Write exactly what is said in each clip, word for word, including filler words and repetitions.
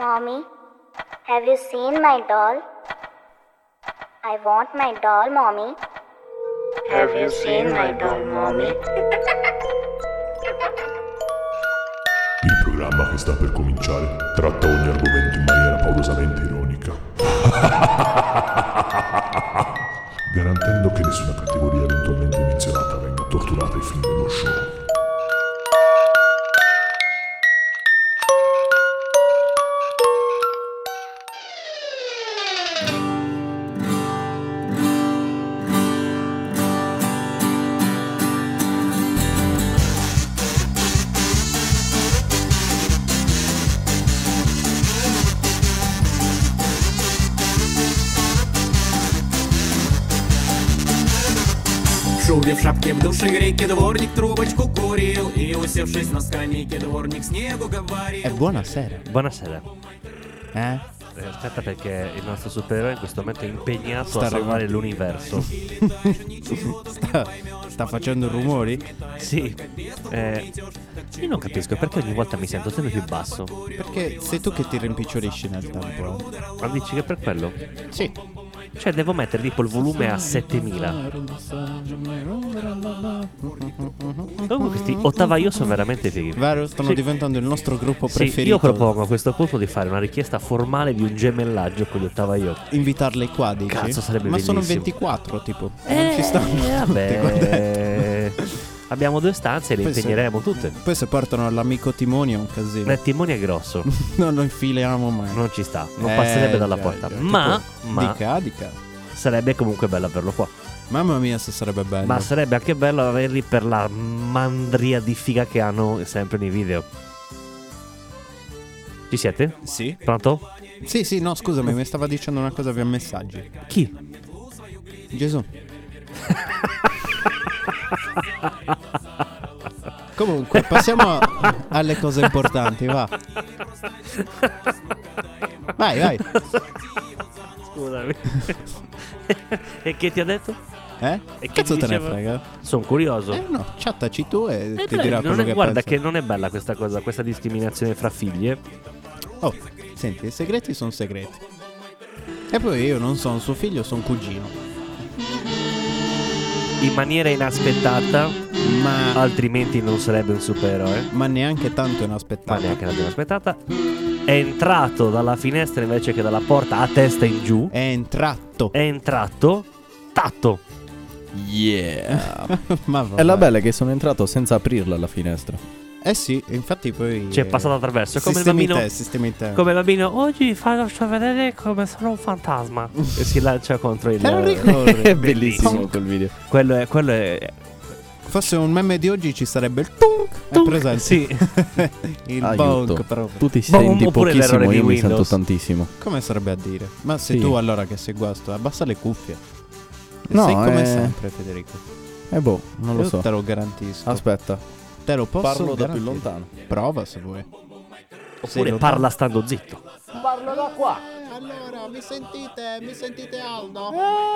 Mommy, have you seen my doll? I want my doll, Mommy. Have you seen my doll, Mommy? Il programma che sta per cominciare tratta ogni argomento in maniera paurosamente ironica, garantendo che nessuna categoria eventualmente menzionata venga torturata ai fini dello show. Шубе в шапке, в душегрейке дворник трубочку курил и, усевшись на скамейке, дворник снегу говорил. E buonasera. Buonasera. Eh? Eh, Aspetta, perché il nostro supereroe in questo momento è impegnato Sta a salvare arrivando. l'universo. sta, sta facendo rumori? Sì. Eh, io non capisco perché ogni volta mi sento sempre più basso. Perché sei tu che ti rimpicciolisci nel tempo. Ma dici che è per quello? Sì. Cioè devo mettere tipo il volume a settemila. Comunque questi ottavaio sono veramente fighi. Vero? Stanno Sì. diventando il nostro gruppo Sì, preferito. io propongo a questo punto di fare una richiesta formale di un gemellaggio con gli ottavaio. Invitarle qua, dici? Cazzo, sarebbe Ma sono bellissimo. ventiquattro, tipo. Eh, Non ci stanno tutti, guarda. vabbè. Abbiamo due stanze e le Poi se- impegneremo tutte. Poi se portano l'amico Timoni è un casino. Il timone è grosso. Non lo infiliamo mai. Non ci sta, non Eh, passerebbe dalla già, porta. già. Ma, Tipo, ma Dica, dica. sarebbe comunque bello averlo qua. Mamma mia, se sarebbe bello. Ma sarebbe anche bello averli per la mandria di figa che hanno sempre nei video. Ci siete? Sì? Pronto? Sì, sì, no, scusami, mi stava dicendo una cosa via messaggi. Chi? Gesù. Comunque, passiamo alle cose importanti, va. Vai, vai. Scusami. E che ti ha detto? Eh? E che Cazzo ti te ne diceva? frega? Sono curioso. Eh no, chattaci tu e Eh, ti però dirà non quello è- che guarda pensa. che non è bella questa cosa, questa discriminazione fra figlie. Oh, senti, i segreti sono segreti. E poi io non sono suo figlio, sono cugino. In maniera inaspettata, Ma, altrimenti non sarebbe un supereroe. ma neanche tanto Ma inaspettato. neanche l'abbiamo aspettata. È entrato dalla finestra invece che dalla porta a testa in giù. È entrato. È entrato tatto. Yeah. Ma E la vabbè. bella è che sono entrato senza aprirla la finestra. Eh sì, infatti poi Ci è eh, passato attraverso. È come il sistemi bambino. te, sistemi te. Come il bambino. Oggi faccio vedere come sono un fantasma. E si lancia contro il. Te lo ricordi? È bellissimo quel video. Quello è. Quello è. Fosse un meme di oggi ci sarebbe il tunk. È Tunk, presente? sì. Il Aiuto. bonk proprio. Tu ti Boh, senti oppure pochissimo, l'errore io di mi sento Windows. tantissimo. Come sarebbe a dire? Ma sei Sì. tu allora che sei guasto, abbassa le cuffie. E No, sei come eh, sempre, Federico. Eh boh, non lo Io so. te lo garantisco. Aspetta, Te lo posso parlo da garantire. più lontano. Prova se vuoi. Oppure lo- parla stando zitto. Allora, mi sentite? Mi sentite Aldo?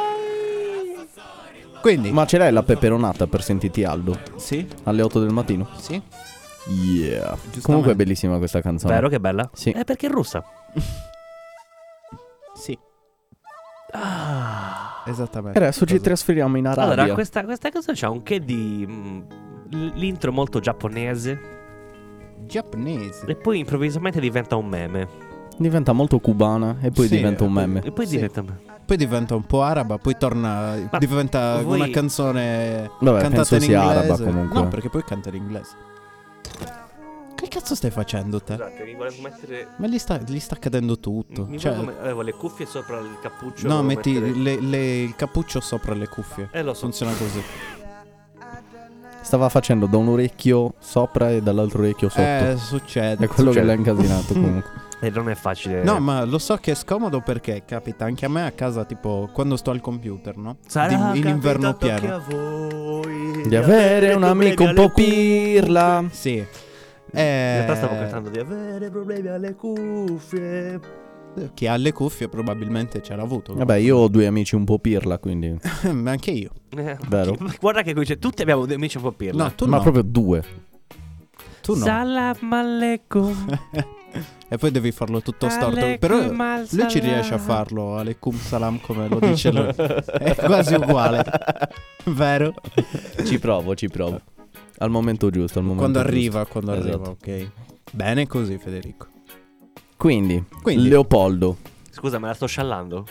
Quindi, Ma ce l'hai la peperonata per sentirti Aldo? sì, Alle otto del mattino? sì. Yeah. Comunque è bellissima questa canzone. Vero che bella? Sì. È perché è russa. Sì, Ah. esattamente. E adesso ci Cosa- trasferiamo in Arabia. Allora, questa, questa cosa c'ha un che di. mm, l- l'intro molto giapponese. Giapponese. E poi improvvisamente diventa un meme. Diventa molto cubana e poi Sì, diventa un e poi- meme. E poi Sì. diventa. Poi diventa un po' araba, poi torna. Ma diventa voi- una canzone Vabbè, cantata penso in sia inglese. araba comunque. No, perché poi canta in inglese. Che cazzo stai facendo te? Scusate, mi volevo mettere. Ma gli sta, gli sta cadendo tutto. Mi Cioè, volevo me- avevo le cuffie sopra il cappuccio. no, volevo metti mettere- le- le- il cappuccio sopra le cuffie. Eh, lo so. Funziona così. Stava facendo da un orecchio sopra e dall'altro orecchio sotto. Eh, succede. è quello succede. che l'ha incasinato comunque. E non è facile. No, ma lo so che è scomodo perché capita anche a me a casa, tipo quando sto al computer, no? Sarà Di- in inverno capitato pieno. anche a voi Di avere un problemi amico un alle po' cuffie. pirla. Sì. In Eh, realtà stavo cantando di avere problemi alle cuffie. Chi ha le cuffie probabilmente ce l'ha avuto. Vabbè, io ho due amici un po' pirla, quindi. Ma anche io. Eh, Vero. Guarda che qui c'è. Tutti abbiamo dei amici un po' pirla. No, tu Ma no. proprio due. Tu no. Salam alaikum. E poi devi farlo tutto storto. Però lui ci riesce a farlo. Aleikum salam, come lo dice lui. È quasi uguale. Vero? Ci provo, ci provo. Al momento giusto, al momento Quando giusto. arriva, quando Esatto. arriva, ok. Bene così, Federico. Quindi, Quindi. Leopoldo. Scusa, me la sto sciallando?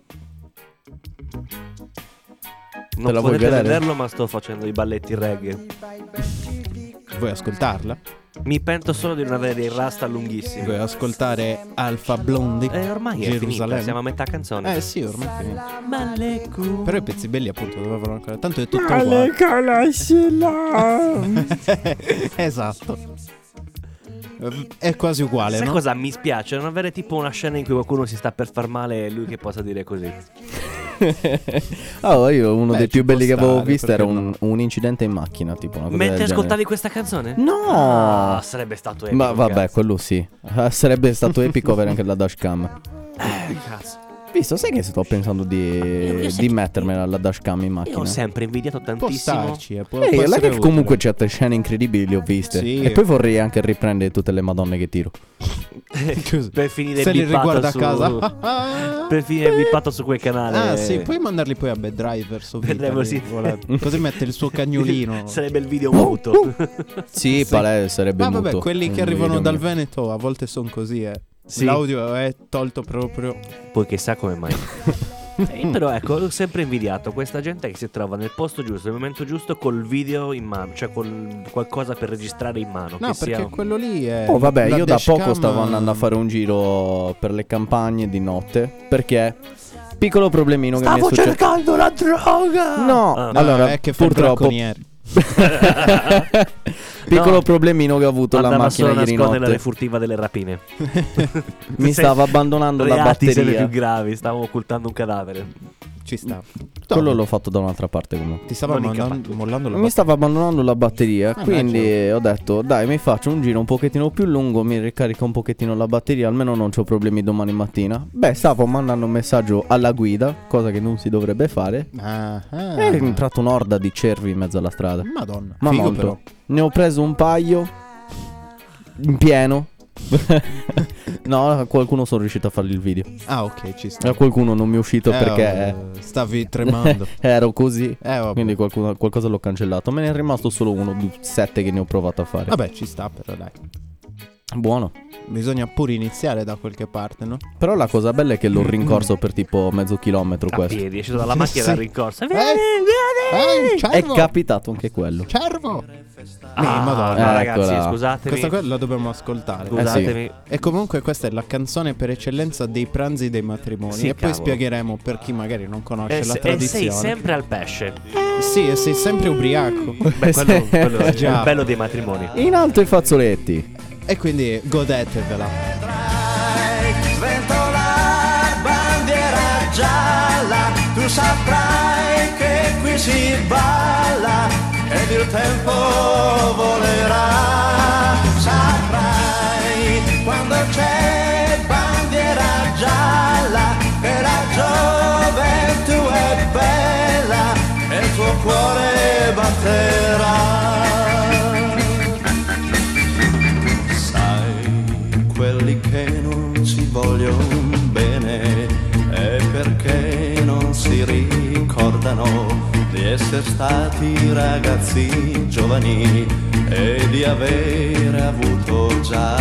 Te Non la vuoi potete vedere? vederlo, ma sto facendo i balletti reggae. Vuoi ascoltarla? Mi pento solo di non avere dei rasta lunghissimi. Vuoi ascoltare Alpha Blondie? Eh, ormai è finita, Gerusalemme? siamo a metà canzone. Eh sì, ormai è finita. Maleku. Però i pezzi belli appunto dovevano ancora. Tanto è tutto uguale. Esatto. È quasi uguale, Sai no? cosa mi spiace? Non avere tipo una scena in cui qualcuno si sta per far male e lui che possa dire così. Ah, io uno Beh, dei ci più può belli che avevo stare, visto era perché un, no? un incidente in macchina, tipo una cosa Mentre del ascoltavi genere. questa canzone? No! Ah, sarebbe stato epico. Ma vabbè, cazzo. quello sì. Ah, sarebbe stato epico avere anche la dashcam. Eh, cazzo. Visto, sai che sto pensando di, io sai di che- mettermela la dashcam in Io macchina. ho sempre invidiato Può tantissimo. starci, eh, può, Ehi, può guarda essere che utile. comunque certe scene incredibili le ho viste. Sì. E poi vorrei anche riprendere tutte le madonne che tiro. Scusa. Per finire Se li bippato riguarda su... a casa. Per finire bippato su quel canale. Ah sì, puoi mandarli poi a Bad Driver su Bad Vita, Driver, sì. volendo. Così mette il suo cagnolino. Sarebbe il video muto. Sì, Sì. palese sarebbe Ma vabbè, muto. quelli che Un arrivano video dal mio. Veneto a volte sono così, eh. Sì. L'audio è tolto proprio. Poi chissà come mai. Eh, però ecco, ho sempre invidiato questa gente che si trova nel posto giusto, nel momento giusto, col video in mano, cioè con qualcosa per registrare in mano. No, che perché sia... quello lì è. Oh vabbè, la io da dashcam- poco stavo andando a fare un giro per le campagne di notte. Perché? Piccolo problemino che mi è successo. cercando la droga! No, Ah. No, allora è che fa il purtroppo bracconiere. piccolo No. problemino che ho avuto la Andava macchina solo a ieri nascondere notte. le furtiva delle rapine. Mi stava abbandonando la Reati sempre più batteria. gravi, stavo occultando un cadavere. Ci sta. Quello l'ho fatto da un'altra parte comunque. Ti stava Non mandando- incapace. mollando la Mi stava abbandonando la batteria, Ah, quindi beh, ho detto dai mi faccio un giro un pochettino più lungo, mi ricarico un pochettino la batteria, almeno non c'ho problemi domani mattina. Beh, stavo mandando un messaggio alla guida, cosa che non si dovrebbe fare. Ah, ah. È entrata un'orda di cervi in mezzo alla strada. Madonna. Ma Figo molto. però. Ne ho preso un paio in pieno. No, a qualcuno sono riuscito a fargli il video. Ah, ok, ci sta. A qualcuno non mi è uscito Eh, perché vabbè, stavi tremando. ero così. Eh, vabbè. Quindi qualcuno- qualcosa l'ho cancellato. Me ne è rimasto solo uno di sette che ne ho provato a fare. Vabbè, ci sta però, dai. Buono. Bisogna pure iniziare da qualche parte, no? Però la cosa bella è che l'ho rincorso per tipo mezzo chilometro A questo. piedi, è sceso dalla macchina Sì. e l'ha rincorsa. Eh, Vieni, vieni! Eh, È cervo! capitato anche quello. Cervo! Ah, Eh, madonna. no, ragazzi, Eccola. scusatemi. Questa qua la dobbiamo ascoltare. Scusatemi. E comunque questa è la canzone per eccellenza dei pranzi dei matrimoni. Sì, e poi cavolo. spiegheremo per chi magari non conosce E, la se- e tradizione. sei sempre al pesce. Sì, e sei sempre ubriaco. Beh, quello, quello è Già. il bello dei matrimoni. In alto i fazzoletti. E quindi godetevela. Sventolar bandiera gialla, tu saprai che qui si balla ed il tempo volerà. Saprai quando c'è bandiera gialla che la gioventù è bella e il tuo cuore batterà. Quelli che non si vogliono bene è perché non si ricordano di essere stati ragazzi giovani e di avere avuto già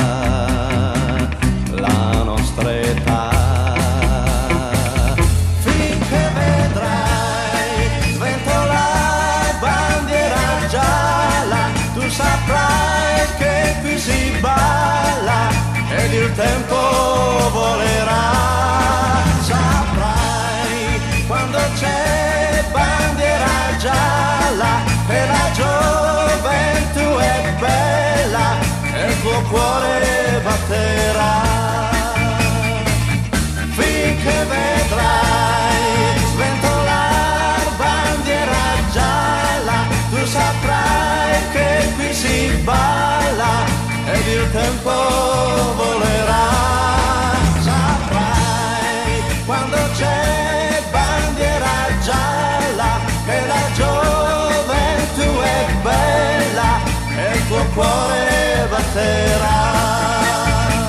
la nostra età. Finché vedrai sventolare bandiera gialla, tu saprai che qui si balla ed il tempo volerà. Saprai quando c'è bandiera gialla che la gioventù è bella e il tuo cuore batterà. Finché vedrai sventolar bandiera gialla, tu saprai che qui si balla ed il tempo volerà. Saprai quando c'è bandiera gialla che la gioventù è bella e il tuo cuore batterà.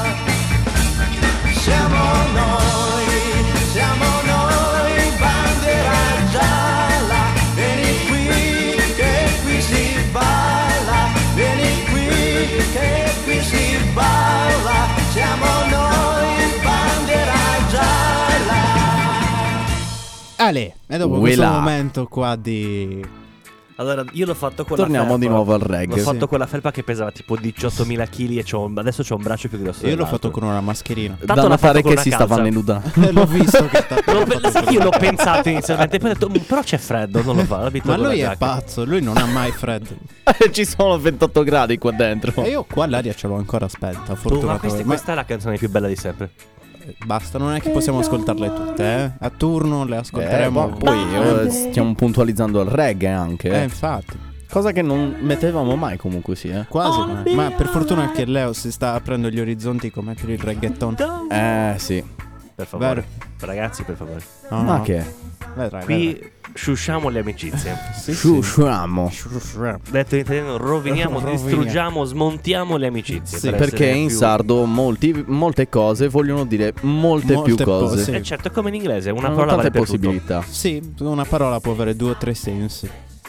Ale, e dopo Uela. questo momento qua di... Allora, io l'ho fatto con Torniamo la felpa. di nuovo al L'ho reggae. fatto Sì. con la felpa che pesava tipo diciottomila chili e c'ho un- adesso c'ho un braccio più grosso. Io l'ho dell'altro. fatto con una mascherina. Tanto Da l'ha notare fatto con che si una stava calza. nell'udando. L'ho visto che sta... L'ho pe- sai che io l'ho pensato inizialmente, poi ho detto, "Mm, però c'è freddo, non lo fa. abito Ma con la lui è giacca." pazzo, lui non ha mai freddo. Ci sono ventotto gradi qua dentro. E io qua l'aria ce l'ho ancora spenta, Tu, ma fortunatamente. questi- Ma questa è la canzone più bella di sempre. basta, non è che possiamo ascoltarle tutte, eh. A turno le Eh, ascolteremo. ma poi eh, stiamo puntualizzando il reggae anche. Eh, eh. infatti. Cosa che non mettevamo mai comunque sì, eh. Quasi, ma, ma per fortuna che Leo si sta aprendo gli orizzonti come per il reggaeton. Eh sì. Per favore. Vero. Ragazzi, per favore. No, Ma no. che? Vedrai, Qui sciusciamo le amicizie. Sì, Sciusciamo. Detto in italiano, roviniamo, Roviniamo. distruggiamo, smontiamo le amicizie. Sì, per Perché essere in più- sardo molti, molte cose vogliono dire molte, Molte più cose. cose, sì. Eh certo, è come in inglese, una Hanno parola tante vale per tutto. possibilità. Sì, una parola può avere due o tre sensi.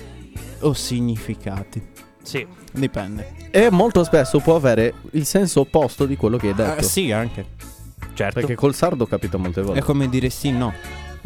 O significati. Sì. Dipende. E molto spesso può avere il senso opposto di quello che hai detto. Eh, sì, anche. Certo. Perché col sardo capita molte volte. È come dire sì, no.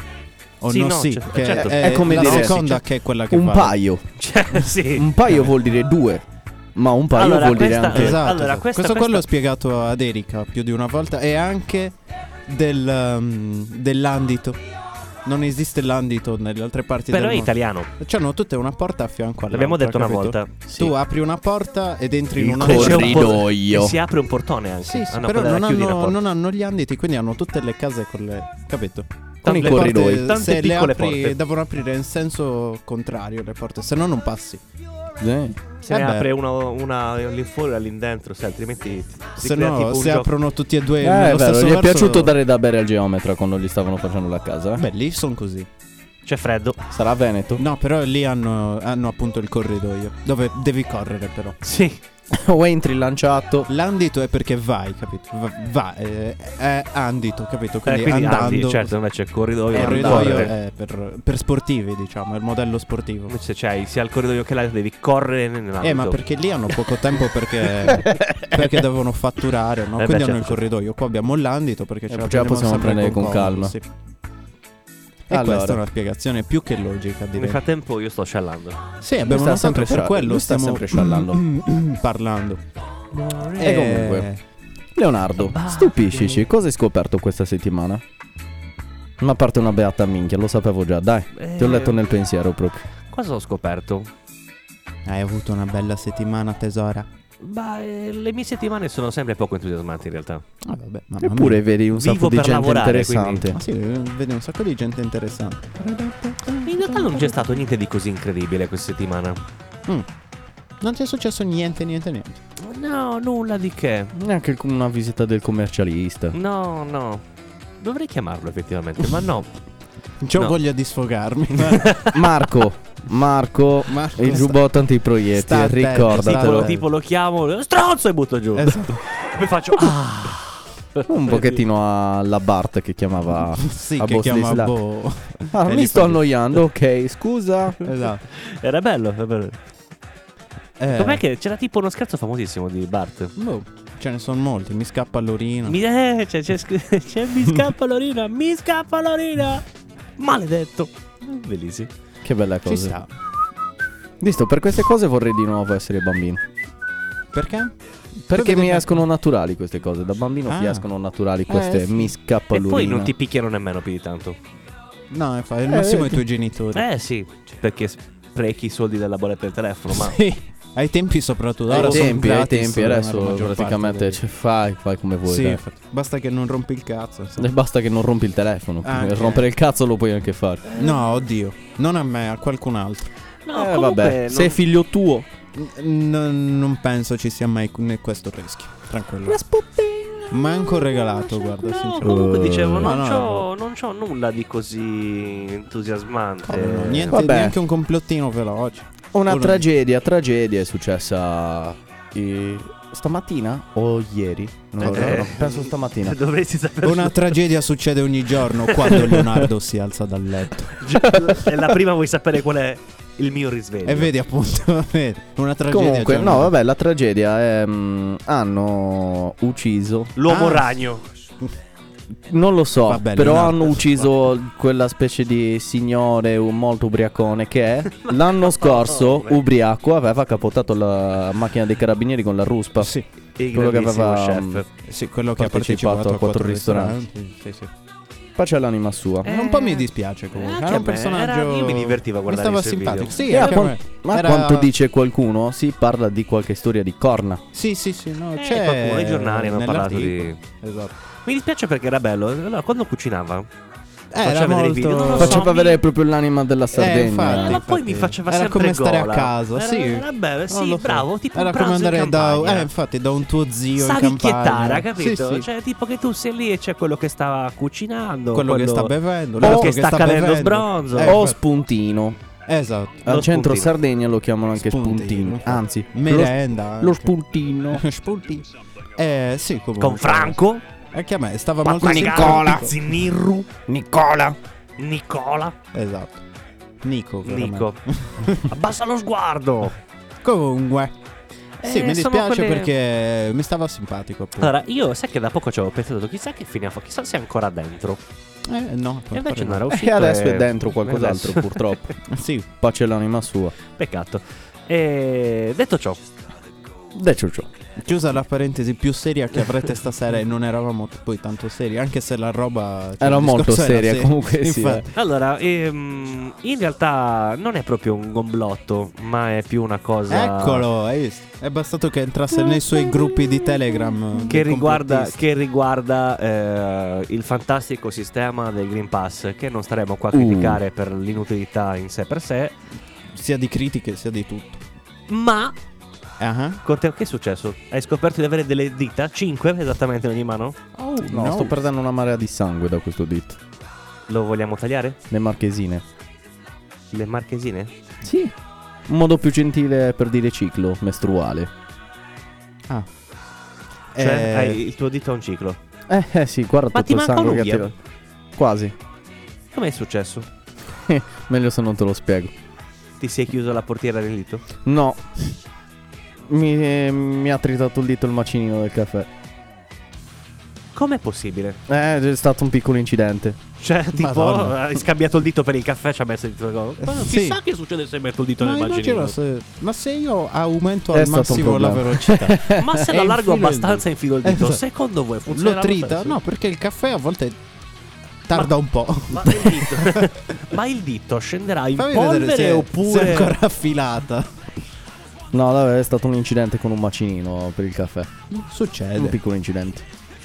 O Sì, no, no, sì. certo, che certo. È, È come la dire- seconda sì, che è quella che Un vale. paio. Cioè, sì. Un paio vuol dire due. Ma un paio Allora, vuol dire questa- anche. Esatto. Allora, esatto. questa- Questo qua questa- l'ho spiegato ad Erika più di una volta. E anche del, um, dell'andito. Non esiste l'andito nelle altre parti Però del è mondo. italiano. C'hanno tutte una porta a fianco all'altra. L'abbiamo detto una capito? volta. Tu apri una porta ed entri in Il una E c'è un po- corridoio. e si apre un portone anche. Sì, sì, Ah, no, però quella non chiudi la hanno, porta. non hanno gli anditi, quindi hanno tutte le case con le... Capito? Con i Le Le porte, corridoi. Tante se le piccole apri, porte. devono aprire in senso contrario le porte, se no non passi. Eh. Se ne Vabbè. apre uno, una all'infuori e all'indentro, se altrimenti si Se crea no, tipo un se gioco. aprono tutti e due Eh, nello è vero, stesso gli è verso- piaciuto dare da bere al geometra quando gli stavano facendo la casa. eh? Beh, lì sono così. C'è freddo. Sarà Veneto? No, però lì hanno, hanno appunto il corridoio, dove devi correre però. Sì. O entri lanciato. L'andito è perché vai, capito? Va, va, eh, è andito, capito? Quindi, Eh, quindi andando. andi, certo, invece il corridoio Il è corridoio correre. è per, per sportivi, diciamo, è il modello sportivo. Invece c'hai sia il corridoio che l'altro, devi correre nell'ambito. Eh, ma perché lì hanno poco tempo perché, perché devono fatturare, no? Eh, Quindi beh, hanno il certo. corridoio. Qua abbiamo l'andito perché ce Eh, la ce la prendiamo possiamo sempre prendere con comodo, calma. sì. E Allora. questa è una spiegazione più che logica, Nel direi. frattempo io sto sciallando. Sì, abbiamo sta notato sempre per scia- quello lui sta stiamo sempre sciallando. parlando. E comunque, Leonardo, stupiscici, cosa hai scoperto questa settimana? Ma a parte una beata minchia, lo sapevo già, dai. Ti ho Eh, letto nel pensiero proprio. Cosa ho scoperto? Hai avuto una bella settimana, tesora. Bah, eh, le mie settimane sono sempre poco entusiasmanti in realtà. Ah, vabbè, mamma Eppure mia. vedi un Vivo sacco di per gente lavorare, interessante. Ah, sì, vedi un sacco di gente interessante. In realtà non c'è stato niente di così incredibile questa settimana. Mm. Non ti è successo niente, niente, niente. No, nulla di che. Neanche il- una visita del commercialista. No, no. Dovrei chiamarlo effettivamente, ma no. C'ho No. voglia di sfogarmi. Marco, Marco, Marco il sta- giubbotto antiproiettili, sta attento, ricordati. sta Tipo lo, attento. tipo lo chiamo, stronzo e butto giù. Esatto. Poi faccio ah. Un pochettino alla Bart che chiamava Sì, a che Boss chiama Lisla. Bo. Ah, E mi gli sto fa- annoiando, ok, scusa. Esatto. Era bello, era bello. Eh, Com'è che c'era tipo uno scherzo famosissimo di Bart? boh, ce ne sono molti. Mi scappa l'orino. Mi, eh, c'è, c'è, scr- c'è mi scappa l'orina, mi scappa l'orina. Maledetto. Bellissimo. Che bella Ci cosa. sta. Visto, per queste cose vorrei di nuovo essere bambino. Perché? Perché vedi mi che- escono naturali queste cose. Da bambino Ah. ti escono naturali queste. Eh, sì. Mi scappa E l'urina. poi non ti picchiano nemmeno più di tanto. No, è fa- il massimo Eh, i tuoi genitori. Eh sì, perché sprechi i soldi della bolletta del telefono, ma Sì. Ai tempi soprattutto. Ai Ora sono tempi, ai gratis, tempi, nella adesso maggior praticamente parte cioè, fai, fai come vuoi. dei- Sì, dai. infatti. Basta che non rompi il cazzo. insomma. E basta che non rompi il telefono. Ah, ok. Rompere il cazzo lo puoi anche fare. No, oddio. Non a me, a qualcun altro. no, eh, comunque vabbè, non- se è figlio tuo. N- n- non penso ci sia mai né questo rischio. Tranquillo. Manco regalato, guarda, No, sinceramente. comunque dicevo, Ma non, no. c'ho, non c'ho nulla di così entusiasmante. Come no, niente, Vabbè. neanche un complottino veloce. Una Ora- tragedia, tragedia è successa i- stamattina o ieri? Non lo Eh. ricordo. Penso stamattina. Dovresti sapere. Una tragedia succede ogni giorno quando Leonardo si alza dal letto. E la prima vuoi sapere qual è il mio risveglio? E vedi appunto, vedi, una tragedia. Comunque, già- no, vabbè, la tragedia è. mm, hanno ucciso. L'uomo Ah. ragno. Non lo so, Vabbè, però Leonardo, hanno ucciso quella specie di signore un- molto ubriacone che l'anno scorso, ubriaco, aveva capotato la macchina dei carabinieri con la ruspa. Sì, Il Quello che grandissimo aveva, chef. sì, quello che ha partecipato partecipato a quattro ristoranti. Sì, sì. Pace all'anima sua. Eh, Un po' mi dispiace comunque. anche Era a un me, personaggio. era- io mi divertivo a guardare Mi i stava suoi simpatico. video. Sì, E a anche a quan- me. ma Era- quanto dice qualcuno, si parla di qualche storia di corna. Sì, sì, sì, no, Eh, c'è qualcuno nei giornali hanno parlato nell'articolo. di... Esatto. Mi dispiace perché era bello. Allora, quando cucinava, Era faceva vedere i molto video, non lo so. Faceva mi- vedere proprio l'anima della Sardegna. infatti. Eh, ma poi mi faceva Era sempre come stare a gola. casa, Era- sì. Era bello, Non sì, lo so. bravo, tipo Era un come pranzo in andare da campagna. eh, infatti da un tuo zio in Savicchiettare, campagna. capito? Sì, sì. Cioè, tipo che tu sei lì e c'è quello che sta cucinando, quello, che sta bevendo, quello l'altro che sta cadendo bevendo. sbronzo. Eh, O infatti. spuntino. Esatto. Al Lo centro spuntino. Sardegna lo chiamano anche Spuntino. spuntino. Anzi, Merenda. Lo, lo anche. spuntino. Spuntino. Eh, sì, comunque. Con Franco, Anche a me stava molto Nicola, simpatico. Zinirru, Nicola. Nicola, Esatto. Nico. Nico. Abbassa lo sguardo. Comunque. Sì, Eh, mi sono dispiace quelle- perché mi stava simpatico. Appunto. Allora, io sai che da poco ci avevo pensato, chissà che fine fa, chissà se è ancora dentro. Eh, no. E invece non era E uscito. adesso e- è dentro qualcos'altro, adesso- purtroppo. Sì. Pace all'anima sua. Peccato. E detto ciò, Detto ciò. Chiusa la parentesi più seria che avrete stasera e non eravamo poi tanto seri, anche se la roba cioè, Era il molto discorso era seria, serio. comunque sì, Infatti. allora, ehm, in realtà non è proprio un gomblotto, ma è più una cosa Eccolo, hai visto? È bastato che entrasse nei suoi gruppi di Telegram che dei riguarda, complottisti. che riguarda eh, il fantastico sistema del Green Pass, che non staremo qua a Uh. criticare per l'inutilità in sé per sé, sia di critiche sia di tutto. ma Ah. con te che è successo? Hai scoperto di avere delle dita? cinque esattamente in ogni mano? Oh, No, sto perdendo una marea di sangue da questo dito. Lo vogliamo tagliare? Le marchesine. Le marchesine? Sì. Un modo più gentile per dire ciclo mestruale. Ah. Cioè, Eh, hai il tuo dito a un ciclo. Eh, eh sì, guarda Ma tutto ti il manca sangue che un'unghia? attiva. Quasi. Com'è successo? Meglio se non te lo spiego. Ti sei chiuso la portiera del dito? No. Mi, eh, mi ha tritato il dito il macinino del caffè. Com'è possibile? Eh, c'è stato un piccolo incidente. Cioè, tipo, Madonna. hai scambiato il dito per il caffè, ci ha messo il dito. Ma Sì. chissà che succede se metto il dito ma nel immagino macinino. se, ma se io aumento È al stato un massimo la problema. velocità, Ma se E lo allargo infilo il abbastanza infilo il dito, Esatto. secondo voi funziona? lo trita? No, perché il caffè a volte tarda un po'. Ma il dito, ma il dito scenderà in Fammi polvere vedere se, se oppure... è ancora affilata. No, vabbè, è stato un incidente con un macinino per il caffè. Un Succede. piccolo incidente.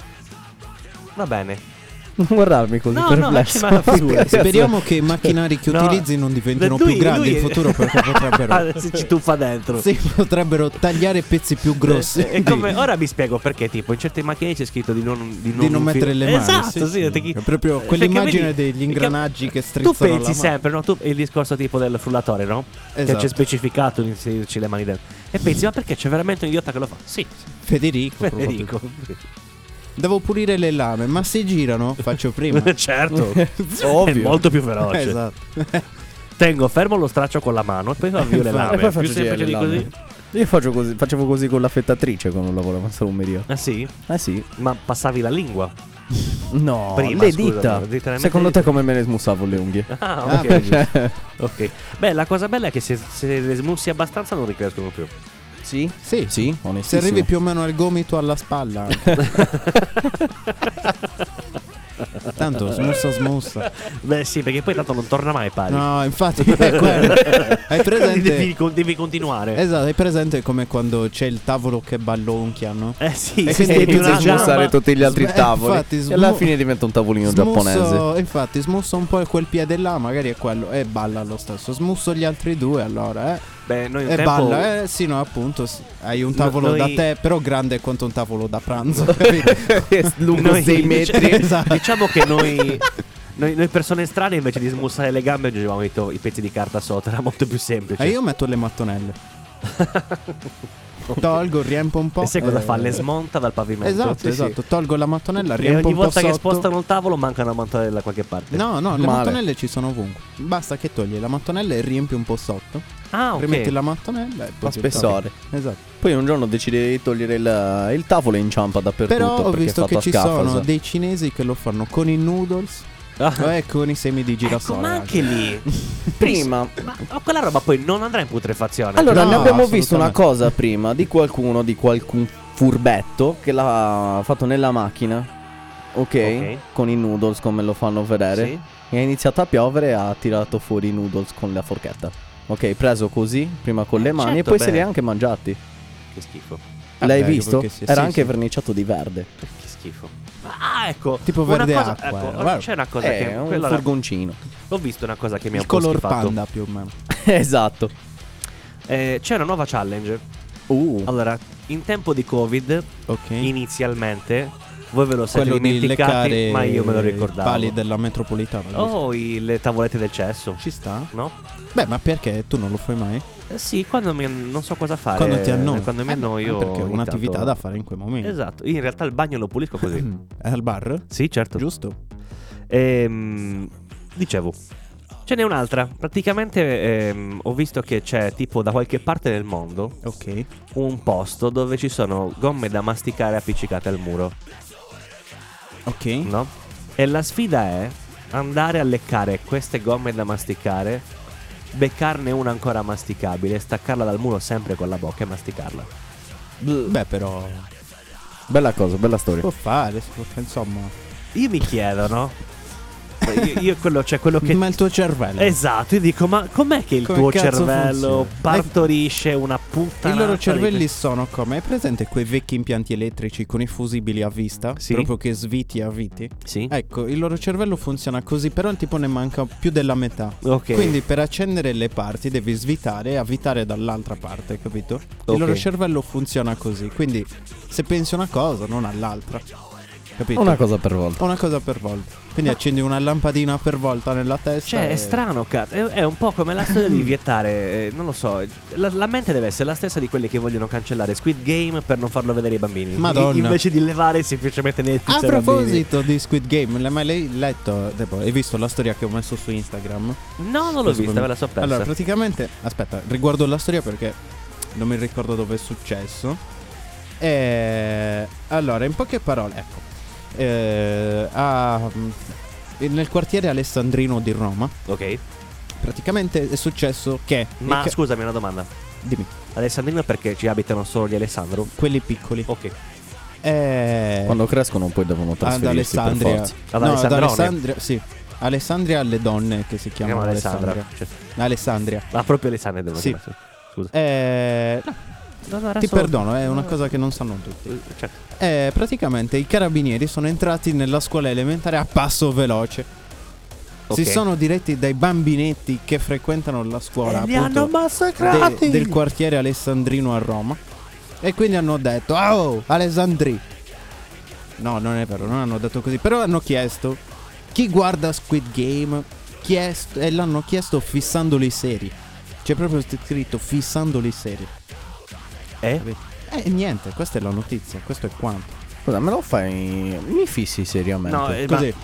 Va bene. Non guardarmi così No, no, perplesso. ma ci va- figurati. Speriamo che i macchinari che No. utilizzi non diventino Lui- più grandi lui- in futuro perché potrebbero si ci tuffa dentro. sì, potrebbero tagliare pezzi più grossi. E e come, ora vi spiego perché, tipo, in certe macchine c'è scritto di non, di non, di non infil- mettere le mani. Esatto, sì, sì. perché- È proprio perché quell'immagine vedi- degli perché ingranaggi che Tu strizzano la pensi mano. sempre, no? Tu, il discorso tipo del frullatore, no? Che Esatto. c'è specificato di inserirci le mani dentro. E pensi, ma perché c'è veramente un idiota che lo fa? Sì, Federico, Federico. Devo pulire le lame, ma se girano faccio prima. Certo, è Ovvio. molto più veloce. Esatto. Tengo fermo lo straccio con la mano e poi va via le E lame. E poi Più faccio semplice girare di le così. lame. Io faccio così, facevo così con l'affettatrice quando lavoravo in salumeria. Ah sì? Eh sì. Ma passavi la lingua? No, Prima, le scusa, dita. letteralmente Secondo le te dita. come me ne smussavo le unghie? Ah, Ah, ok. Ok. Beh, la cosa bella è che se, se le smussi abbastanza non ricrescono più. Sì? Sì, Sì, se onestissimo. arrivi più o meno al gomito alla spalla. Tanto smussa smussa. Beh, sì, perché poi tanto non torna mai pari. No, infatti è quello. Hai presente? devi, devi continuare. Esatto, hai presente come quando c'è il tavolo che ballonchia, no? Eh sì, E se quindi stendi inizi una a gamba- smussare tutti gli altri Eh, tavoli. infatti, E alla smu- fine diventa un tavolino giapponese. Smusso, infatti, smusso un po' quel piede là, magari è quello, e balla lo stesso. Smusso gli altri due, allora, eh. Beh, noi un E tempo... balla, eh. Sì, no, appunto. sì. Hai un tavolo noi- da te, però grande quanto un tavolo da pranzo. capito? Lungo Noi- sei metri. Esatto. Diciamo che noi, noi, noi persone strane, invece di smussare le gambe, aggiungevamo i, to- i pezzi di carta sotto. Era molto più semplice. E io metto le mattonelle. tolgo, riempo un po'. E sai cosa eh, fa? Le smonta dal pavimento. Esatto, Sì, sì. esatto. Tolgo la mattonella, E riempo ogni un po' volta che sotto. spostano il tavolo manca una mattonella da qualche parte. No, no, le Male. mattonelle ci sono ovunque. Basta che togli la mattonella e riempi un po' sotto. Ah, ok. Rimetti la mattonella e poi A ti spessore. togli. Esatto. Poi un giorno decide di togliere il, il tavolo e inciampa dappertutto. Però ho perché è visto fatto che a ci scafo, sono so. dei cinesi che lo fanno con i noodles Ah. e con i semi di Ecco, girasole. ma anche lì. Prima. Ma ma quella roba poi non andrà in putrefazione. Allora, No, ne abbiamo visto una assolutamente. cosa prima di qualcuno, di qualcun furbetto che l'ha fatto nella macchina. Ok, Ok. con i noodles come lo fanno vedere. Sì. E ha iniziato a piovere e ha tirato fuori i noodles con la forchetta. Ok, preso così, prima con le Eh, mani certo, e poi beh. se li ha anche mangiati. Che schifo. L'hai Vabbè, visto? perché sì, Era sì, anche sì. verniciato di verde. Che schifo. Ah, ecco. Tipo una verde cosa, acqua, ecco, eh, guarda. c'è una cosa È che un quella- furgoncino. L'ho visto una cosa che mi ha Il un po' color schifato. panda più o meno. Esatto. Eh, c'è una nuova challenge. Uh. Allora, in tempo di Covid, Ok. inizialmente, voi ve lo siete Quello di dimenticati, leccare ma io me lo i ricordavo. pali della metropolitana. giusto? Oh, i- le tavolette del cesso, Ci sta? no? Beh, ma perché tu non lo fai mai? Eh, sì, quando mi, non so cosa fare. Quando ti annoi. Quando mi Eh, beh, annoio. Perché è ogni un'attività tanto- da fare in quei momenti. Esatto, io in realtà il bagno lo pulisco così. È al bar? Sì, certo. Giusto? Ehm, dicevo, ce n'è un'altra. Praticamente ehm, ho visto che c'è tipo da qualche parte del mondo Ok. un posto dove ci sono gomme da masticare appiccicate al muro, Ok. no? E la sfida è andare a leccare queste gomme da masticare, beccarne una ancora masticabile, staccarla dal muro sempre con la bocca e masticarla. Beh, però Bella cosa, bella storia. può fare, si può- insomma. Io mi chiedo, no? Io, io quello, cioè quello che Ma il tuo cervello. Esatto, io dico, ma com'è che il Come tuo cazzo cervello funziona? partorisce una puttana? I loro cervelli sono come? Hai presente quei vecchi impianti elettrici con i fusibili a vista? Sì. Proprio che sviti e avviti? Sì. Ecco, il loro cervello funziona così, però tipo ne manca più della metà. Ok. Quindi per accendere le parti devi svitare e avvitare dall'altra parte, capito? Il Ok. loro cervello funziona così. Quindi se pensi una cosa, non all'altra. Capito? Una cosa per volta. Una cosa per volta. Quindi accendi una lampadina per volta nella testa. Cioè, è e- strano, cazzo. È, è un po' come la storia di vietare. eh, non lo so. La, la mente deve essere la stessa di quelli che vogliono cancellare Squid Game per non farlo vedere ai bambini. Madonna. I- invece di levare semplicemente Netflix A ai bambini. proposito di Squid Game, l'hai mai lei- letto? Tipo, hai visto la storia che ho messo su Instagram? No, non l'ho vista, me la so persa. Allora, praticamente, aspetta, riguardo la storia perché non mi ricordo dove è successo. E allora, in poche parole, ecco, eh, a- nel quartiere alessandrino di Roma, Ok. praticamente è successo che Ma il ca- scusami, una domanda. dimmi, Alessandrino perché ci abitano solo gli Alessandro? quelli piccoli. Ok. Eh, Quando crescono poi devono ad trasferirsi per Alessandria. forza. Ad No, ad Alessandrone. Alessandria, sì. Alessandria alle donne che si chiamano Chiamano Alessandra. Alessandria. Cioè, Alessandria. ah, proprio Alessandria devo Sì. chiamare. Scusa. Eh, no, No, no, era ti solo- perdono, è una cosa che non sanno tutti. Eh, certo. Eh, praticamente i carabinieri sono entrati nella scuola elementare a passo veloce. Si Ok. sono diretti dai bambinetti che frequentano la scuola E li appunto, hanno massacrati. de- del quartiere alessandrino a Roma. E quindi hanno detto: "Oh, Alessandri". No, non è vero, non hanno detto così. Però hanno chiesto chi guarda Squid Game chiesto, e l'hanno chiesto fissandoli seri. C'è proprio scritto fissandoli seri. Eh? Eh niente, questa è la notizia, questo è quanto. Scusa, me lo fai. Mi fissi seriamente. No, eh, Così,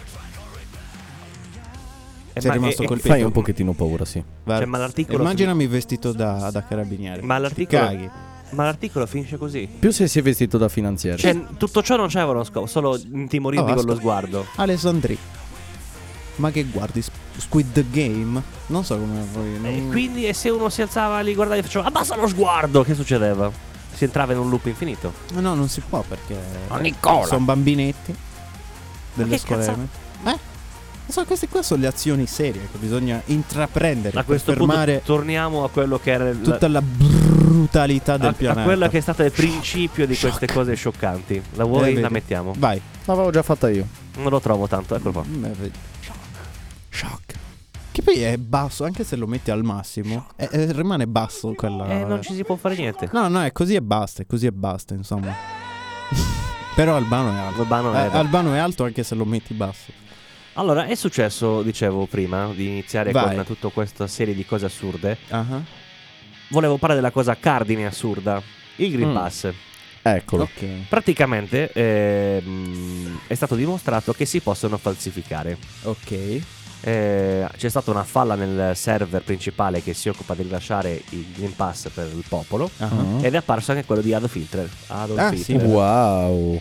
eh, sei ma- rimasto eh, colpito. Fai un pochettino paura, sì. Guarda, cioè, ma l'articolo immaginami vestito da, da carabiniere. Ma Ti l'articolo caghi. Ma l'articolo finisce così. Più se si è vestito da finanziere. Cioè, tutto ciò non c'era uno scopo, solo intimorirli Oh, con ascolta. lo sguardo. Alessandri, ma che guardi S- Squid Game? Non so come voi. non- E quindi, e se uno si alzava, li guardava e faceva abbassa lo sguardo, che succedeva? Si entrava in un loop infinito. No, non si può perché. Ma Nicola! Sono bambinetti delle che scuole. cazzo- elementari. Eh? So, queste qua sono le azioni serie che bisogna intraprendere A per questo fermare punto torniamo a quello che era il, tutta la brutalità del a, pianeta. a quello che è stato il principio di queste cose scioccanti. La vuoi? Eh, vedi. la mettiamo. Vai. L'avevo già fatta io. Non lo trovo tanto, eccolo qua. Mm, eh, vedi. Shock. Che poi è basso, anche se lo metti al massimo, eh, eh, rimane basso quella. Eh, non ci si può fare niente. No, no, è così e basta, è così e basta, insomma. Però Albano è alto. Albano è- Eh, Albano è alto anche se lo metti basso. Allora, è successo, dicevo prima, di iniziare Vai. con tutta questa serie di cose assurde. Ah, Volevo parlare della cosa cardine assurda. il Green Mm. Pass. Eccolo. Ok. Praticamente ehm, è stato dimostrato che si possono falsificare. Ok. Eh, c'è stata una falla nel server principale che si occupa di rilasciare il Green Pass per il popolo. Ah. Mm. Ed è apparso anche quello di Adolf Hitler. Adolf Ah, Hitler. sì. Wow.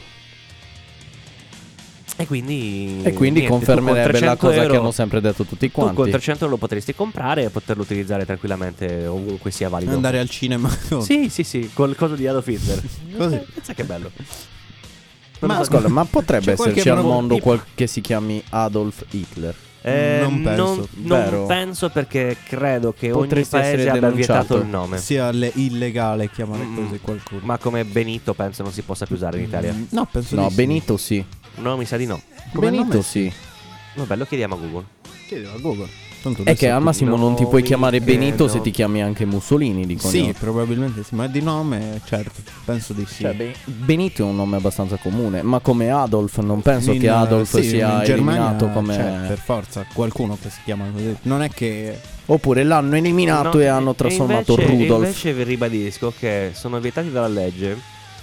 E quindi, E quindi niente, tu con confermerebbe la trecento cosa euro che hanno sempre detto tutti Tu con quanti. trecento euro lo potresti comprare e poterlo utilizzare tranquillamente ovunque sia valido. Andare al cinema. Sì, sì, sì, col coso di Adolf Hitler. Così. Pensa che bello. Ma ascolta, ma potrebbe C'è qualche esserci al modo- mondo tipo- qual- che si chiami Adolf Hitler? Eh, Non penso. Non, non Vero? penso perché credo che Potresti ogni paese essere abbia denunciato. vietato il nome. Sia le- illegale chiamare Mm. così qualcuno. Ma come Benito penso non si possa più usare in Italia. Mm, No, penso No, di sì. Benito sì. No, mi sa di no. Come Benito nome? sì. Vabbè, lo chiediamo a Google. Chiedilo a Google. Tanto È adesso che al tu- massimo non ti puoi nomi chiamare che Benito se no. ti chiami anche Mussolini di cognome. Sì, probabilmente sì, ma di nome, certo, penso di sì. Cioè, Be- Benito è un nome abbastanza comune, ma come Adolf non penso In- che Adolf sì, sia in Germania eliminato come... c'è per forza qualcuno che si chiama così. Non è che Oppure l'hanno eliminato No, e hanno trasformato invece, Rudolf. Invece vi ribadisco che sono vietati dalla legge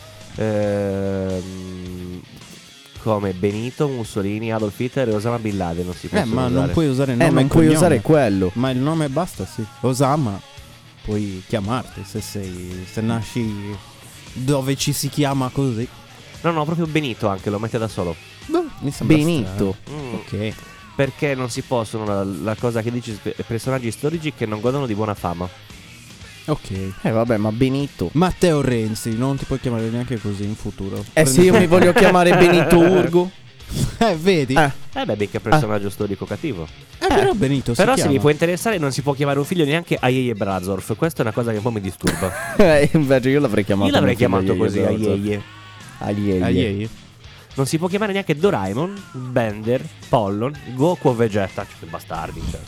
ehm, come Benito, Mussolini, Adolf Hitler e Osama Bin Laden. Non si eh, possono ma non usare. puoi usare il Eh, nome non e puoi cognome. usare quello. Ma il nome basta, sì. Osama puoi chiamarti se sei se nasci dove ci si chiama così. No, no, proprio Benito anche, lo mette da solo. Boh, mi sembra Benito. Mm, strano. Ok. Perché non si possono, la, la cosa che dici, sp- personaggi storici che non godono di buona fama. Ok. Eh vabbè, ma Benito. Matteo Renzi, non ti puoi chiamare neanche così in futuro. Eh se io mi voglio chiamare Benito Urgo. Eh, vedi? Eh. Eh beh, mica personaggio storico cattivo. Eh, però Benito si Però se chiama. vi può interessare non si può chiamare un figlio neanche Aieie Brazorf. Questa è una cosa che un po' mi disturba. Eh, invece io l'avrei chiamato Io l'avrei mio figlio chiamato così, Aieie Brazov. Aieie. Aieie. Ah, ieri? Non si può chiamare neanche Doraemon, Bender, Pollon, Goku o Vegeta. Cioè, bastardi, cioè.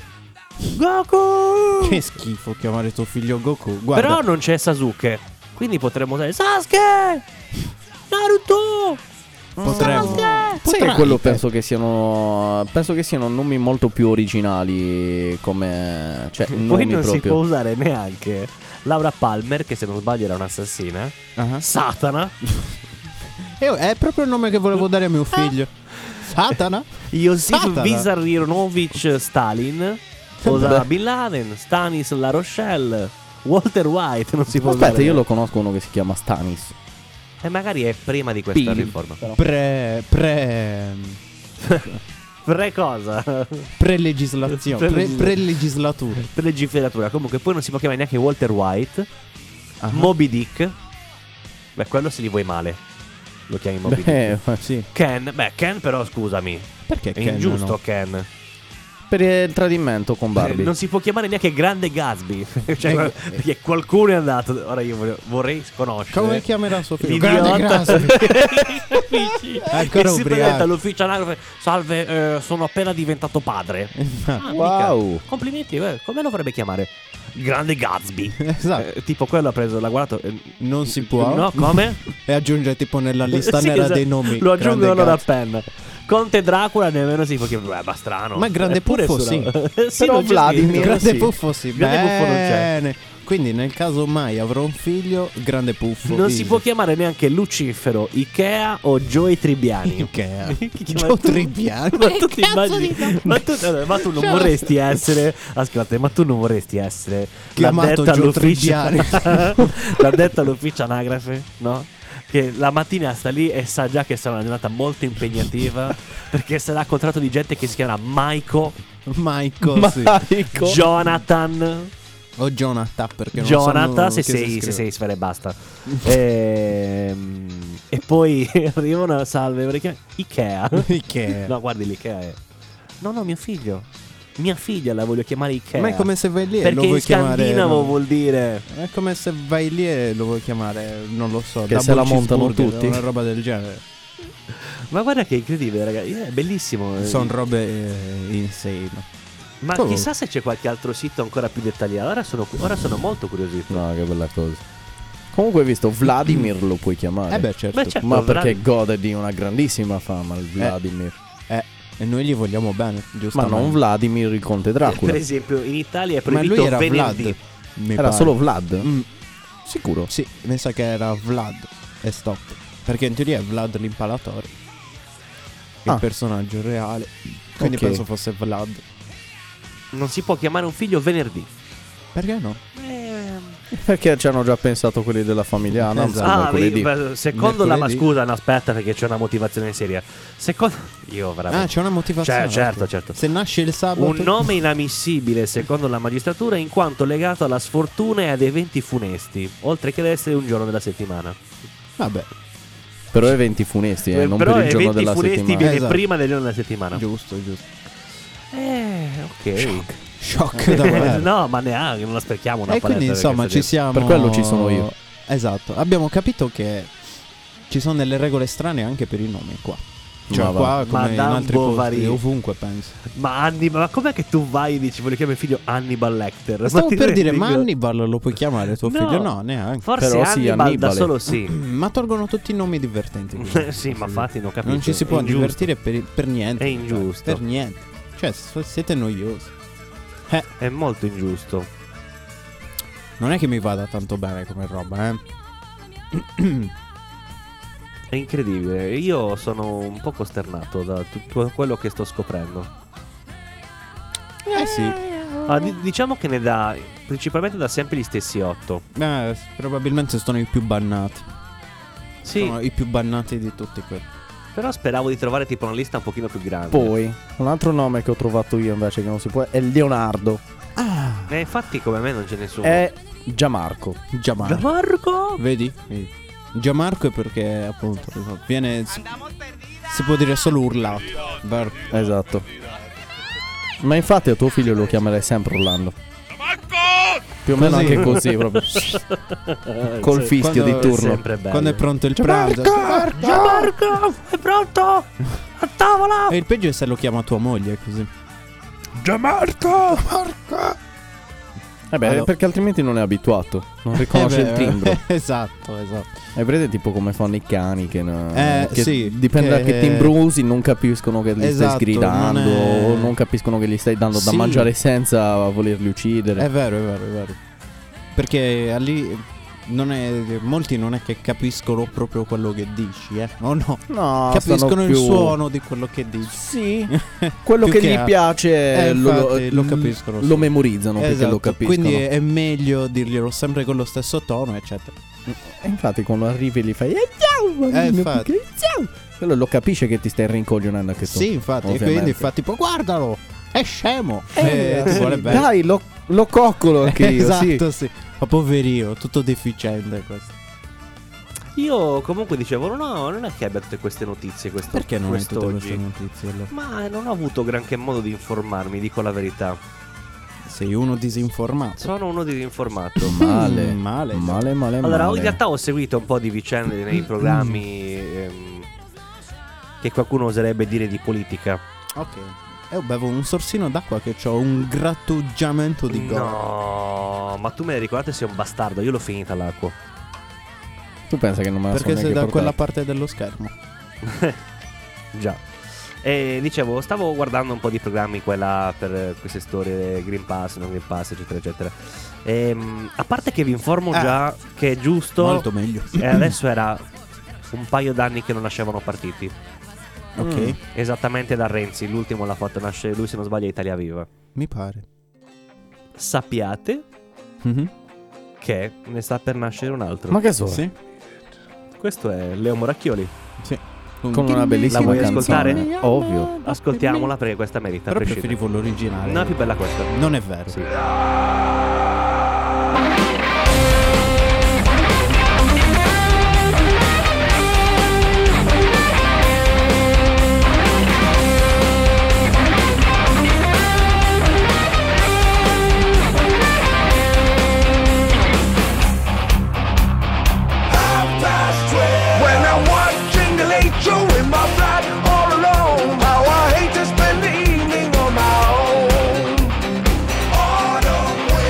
Goku! Che schifo chiamare tuo figlio Goku. Guarda, Però non c'è Sasuke. Quindi potremmo usare Sasuke! Naruto! potremmo. Sai che Potrai, quello eh. penso che siano penso che siano nomi molto più originali come cioè Poi nomi non si proprio. può usare neanche Laura Palmer, che se non sbaglio era un'assassina. Ah. Satana. Eh, È proprio il nome che volevo dare a mio figlio. Satana? Yosif Satana. Vissarionovich Stalin. Osama Bin Laden. Stanis La Rochelle. Walter White. Non si può Aspetta, usare. io lo conosco uno che si chiama Stanis. E magari è prima di questa Pil. riforma. Pre. Pre. Pre cosa? Pre-legislazione. Pre- Pre- Pre-legislatura. Per legiferatura. Comunque poi non si può chiamare neanche Walter White. Ah. Moby Dick. Beh, quello se li vuoi male. Lo chiami Moby Dick. Beh, Sì. Ken. Beh, Ken però scusami. Perché È Ken ingiusto no? Ken. per il tradimento con Eh, Barbie. non si può chiamare neanche Grande Gatsby. Cioè, Eh, perché qualcuno è andato. Ora io voglio- vorrei conoscere. Come chiamerà suo figlio? L'idiota. Grande Gatsby. Amici. Ancora E si ubriaco. presenta all'ufficio anagrafe. Salve, eh, sono appena diventato padre. Ah, Wow. mica. Complimenti, eh, come lo vorrebbe chiamare? Grande Gatsby. Esatto. Eh, tipo quello ha preso, l'ha guardato. eh, Non si può. No, come? E aggiunge tipo nella lista Sì, nera esatto. dei nomi. Lo Grande aggiungono loro a Gatsby. penna. Conte Dracula nemmeno si può chiamare. Beh, ma strano. Ma Grande Eppure Puffo sulla- sì, Però non c'è Vladimir- scritto. Grande sì. Puffo sì. Grande Puffo non c'è. Bene. Quindi nel caso mai avrò un figlio, Grande Puffo. Non si easy. può chiamare neanche Lucifero, Ikea o Joey Tribbiani. Ikea. Chi chiama- Joe tu- Tribbiani. Ma tu ti immagini? Ma tu, allora, ma tu non vorresti essere. Ascolta, ma tu non vorresti essere Chiamato l'addetta Joe all'ufficio. Tribbiani. L'addetta all'ufficio anagrafe, no? Che la mattina sta lì e sa già che sarà una giornata molto impegnativa. Perché sarà a contratto di gente che si chiamerà Maiko, Michael, sì. Marico. Jonathan. O Jonathan, perché non Jonathan, sanno se che si sei, se scrive. sei sfera e basta. Ehm, e poi arrivano, salve, vorrei chiamare Ikea. Ikea. No, guardi, l'Ikea è. No, no, mio figlio. Mia figlia la voglio chiamare Ikea. Ma è come se vai lì e Perché lo in vuoi chiamare. scandinavo no? vuol dire. È come se vai lì e lo vuoi chiamare, non lo so, Che double se la montano cheeseburger, tutti. una roba del genere. Ma guarda che incredibile, ragazzi. È bellissimo. Sono robe eh, insane. Ma Oh. chissà se c'è qualche altro sito ancora più dettagliato. Ora sono, ora sono molto curiosito. No, che bella cosa. Comunque hai visto Mm. Vladimir lo puoi chiamare. Eh beh, certo. Beh, certo. Ma perché Vlad- gode di una grandissima fama il Vladimir. Eh, e noi gli vogliamo bene, Ma giustamente. non Vladimir il conte Per Dracula. esempio, in Italia è Ma proibito lui era venerdì. Vlad. mi Era pare. solo Vlad. Mm. Sicuro? Sì, mi sa che era Vlad e stop. Perché in teoria è Vlad l'impalatore, il Ah. personaggio reale. Quindi Ok. penso fosse Vlad. Non si può chiamare un figlio venerdì. Perché no? Perché ci hanno già pensato quelli della famiglia Adams. Esatto. come Ah, mercoledì. beh, secondo la ma Mercoledì. scusa, no, aspetta, perché c'è una motivazione seria. Secondo io Ah, veramente c'è una motivazione. Cioè, certo, ok. certo. Se nasce il sabato. un nome inammissibile secondo la magistratura in quanto legato alla sfortuna e ad eventi funesti, oltre che ad essere un giorno della settimana. Vabbè, Però eventi funesti, eh, non Però per il giorno eventi della funesti settimana. viene Esatto. prima del giorno della settimana. giusto, giusto. Eh, ok. Shock davvero. No, ma neanche, non la sprechiamo una E quindi palestra insomma perché ci siamo. Per quello ci sono io. Esatto. Abbiamo capito che ci sono delle regole strane anche per i nomi qua. Cioè Ma va. qua come in Madame altri posti, Bovary. ovunque penso. Ma Hannibal, ma com'è che tu vai e dici voglio chiamare il figlio Hannibal Lecter? Stavo Ma ti per dire, rendi ma conto? Hannibal lo puoi chiamare tuo No. figlio? No, neanche. Forse Però sì, Hannibal da Annibale. solo sì. Ma tolgono tutti i nomi divertenti. Sì, ma infatti non capisco. Non ci si può È ingiusto. divertire per, per niente. È ingiusto. Per niente. Cioè, s- siete noiosi. Eh, È molto ingiusto. non è che mi vada tanto bene come roba, eh. È incredibile. Io sono un po' costernato da tutto quello che sto scoprendo. Eh sì. Ah, di- diciamo che ne dà principalmente da sempre gli stessi otto. Eh, probabilmente sono i più bannati. Sì, Sono i più bannati di tutti quelli. però speravo di trovare tipo una lista un pochino più grande. Poi, un altro nome che ho trovato io invece che non si può è Leonardo. E infatti come me non c'è nessuno. È Gianmarco. Gianmarco. Marco! Vedi? Vedi? Gianmarco è perché appunto viene. Si, si può dire solo urlato. Vero? Esatto. Ma infatti a tuo figlio lo chiamerei sempre Orlando. Più o meno Così. anche così proprio. Col Sì. fischio Quando- di turno. Sempre bello. Quando è pronto il pranzo. Gianmarco, è pronto? A tavola! E il peggio è se lo chiama tua moglie così. Eh beh, Allora. perché altrimenti non è abituato. Non riconosce Eh beh, il timbro. Esatto, esatto. Hai presente tipo come fanno i cani che, no- Eh, che sì, dipende che- da che timbro usi, non capiscono che li Esatto, stai sgridando non è- o non capiscono che gli stai dando da Sì. mangiare senza volerli uccidere. È vero, è vero, è vero. Perché lì non è, molti non è che capiscono proprio quello che dici, eh. O no? No, Capiscono stanno il più- suono di quello che dici. Sì. Quello Più che, che gli a- piace Eh, lo, infatti, lo capiscono, Lo sì. memorizzano perché Esatto, lo capiscono. quindi è meglio dirglielo sempre con lo stesso tono, eccetera. E infatti quando arrivi gli fai "Eh, ciao, bambino, Eh, infatti. perché- ciao". Quello lo capisce che ti stai rincoglionendo anche tu. Sì, infatti, e ovviamente. quindi fa tipo guardalo, è scemo. Eh, Eh, ti sì, vuole bene. dai, lo, lo coccolo anche io, sì. Esatto, sì. Ma poverino, tutto deficiente questo. Io comunque dicevo, no, non è che abbia tutte queste notizie questo, Perché non hai tutte quest'oggi. queste notizie allora? Ma non ho avuto granché modo di informarmi, dico la verità. Sei uno disinformato. Sono uno disinformato. Male, Mm, male. male, male, Allora, male. in realtà ho seguito un po' di vicende nei programmi ehm, che qualcuno oserebbe dire di politica. Ok. E io bevo un sorsino d'acqua che ho un grattugiamento di gola. No, ma tu me l'hai ricordato sei un bastardo, io l'ho finita l'acqua. Tu pensa che non me la Perché sono sei da neanche quella portata? parte dello schermo. Già. E dicevo, stavo guardando un po' di programmi quella per eh, queste storie Green Pass, non Green Pass, eccetera, eccetera. Ehm, a parte che vi informo Ah. già che è giusto. Molto meglio. E adesso era un paio d'anni che non nascevano partiti. Ok. Mm, esattamente da Renzi, l'ultimo l'ha fatto nascere lui, se non sbaglio, Italia Viva. Mi pare. Sappiate Mhm. che ne sta per nascere un altro. Ma che so? Sì. Questo è Leo Moracchioli. Sì. Con una bellissima La vuoi canzone. ascoltare? Ovvio. Ascoltiamola perché questa merita. a Però prescindere. preferivo l'originale. No, è più bella questa. Non è vero. Sì. When I'm watching the late show in my flat all alone, how I hate to spend the evening on my own. Autumn,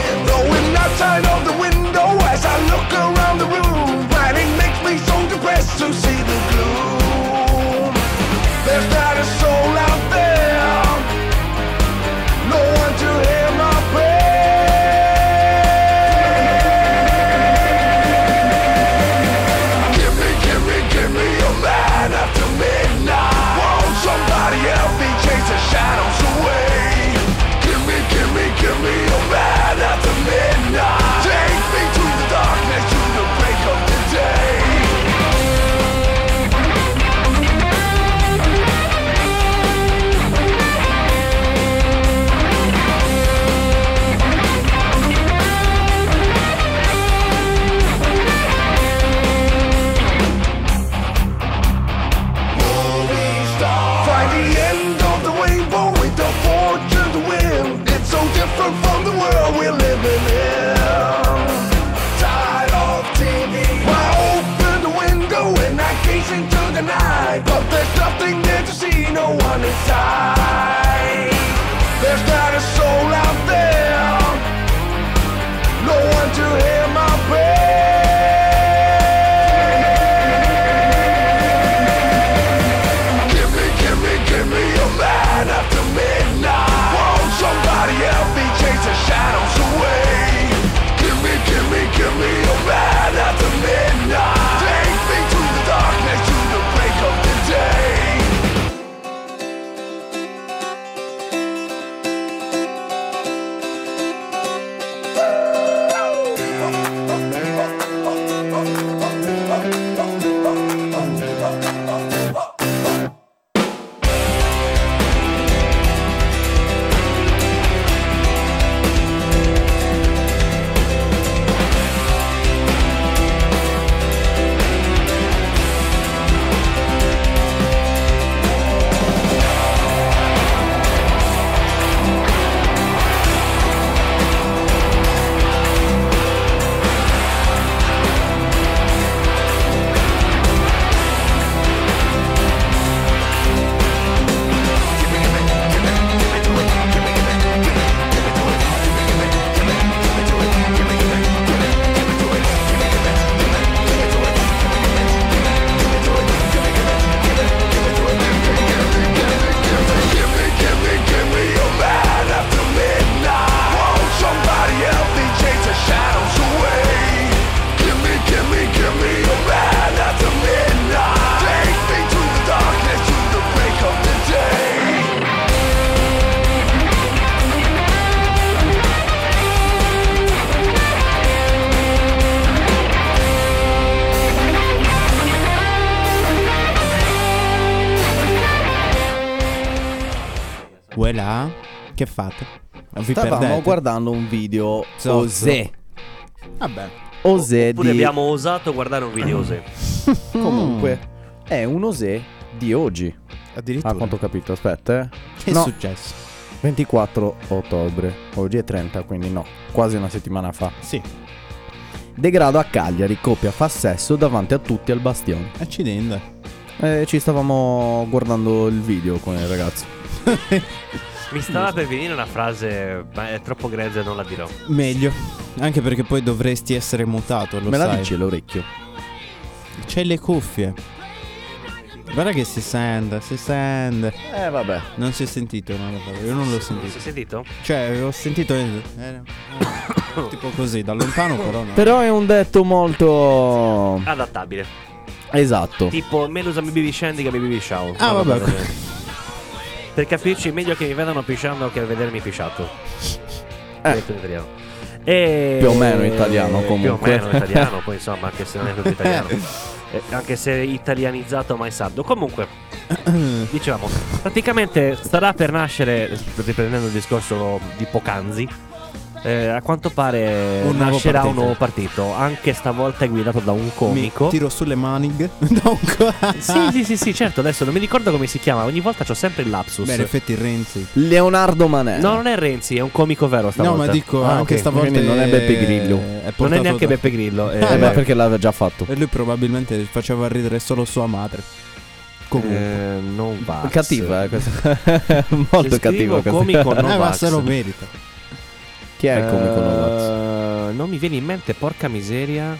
Voilà. Che fate? Vi Stavamo perdete? guardando un video Zozzo. Osè. Vabbè. Osè Oppure di... abbiamo osato guardare un video Osè. Comunque, è un Osè di oggi. Addirittura. A quanto ho capito, aspetta eh. Che No. è successo? ventiquattro ottobre. Oggi è trenta, quindi no, quasi una settimana fa. Sì. Degrado a Cagliari, coppia fa sesso davanti a tutti al bastione. Accidente. E ci stavamo guardando il video con il ragazzo. Mi stava per venire una frase, ma è troppo grezza e non la dirò. Meglio. Anche perché poi dovresti essere mutato, lo Me la sai. dici l'orecchio? C'hai le cuffie. Guarda che si sente, si sente. Eh vabbè. Non si è sentito, no? Io non l'ho Si sentito. è sentito? Cioè, ho sentito eh, eh, tipo così, da lontano però no. Però è un detto molto... Adattabile. Esatto. Tipo, me lo usa mi bevi scendi che mi bevi show. Ah, Una vabbè. roba del- Per capirci, meglio che mi vedano pisciando che vedermi pisciato. Eh. Detto in italiano. E... Più o meno italiano, comunque. Più o meno italiano, poi insomma, anche se non è proprio italiano. Eh, anche se italianizzato mai sardo. Comunque, dicevamo, praticamente starà per nascere, riprendendo il discorso di poc'anzi, eh, a quanto pare Un nuovo nascerà partito. un nuovo partito, anche stavolta guidato da un Mi comico. tiro sulle manighe da un co- Sì, sì, sì, sì, certo, adesso non mi ricordo come si chiama, ogni volta c'ho sempre il lapsus. Beh, in effetti Renzi. Leonardo Manè. No, non è Renzi, è un comico vero stavolta. No, ma dico Ah, anche ok, stavolta quindi non è Beppe Grillo. È Non è portato neanche da- Beppe Grillo. Eh, eh, beh, perché l'aveva già fatto. E lui probabilmente faceva ridere solo sua madre. Comunque. eh, non va. Cattiva, eh, questa. Molto cattiva questa. comico Eh, ma Novax. se lo merita. Chi è il comico Novax? Eh, Non mi viene in mente, porca miseria.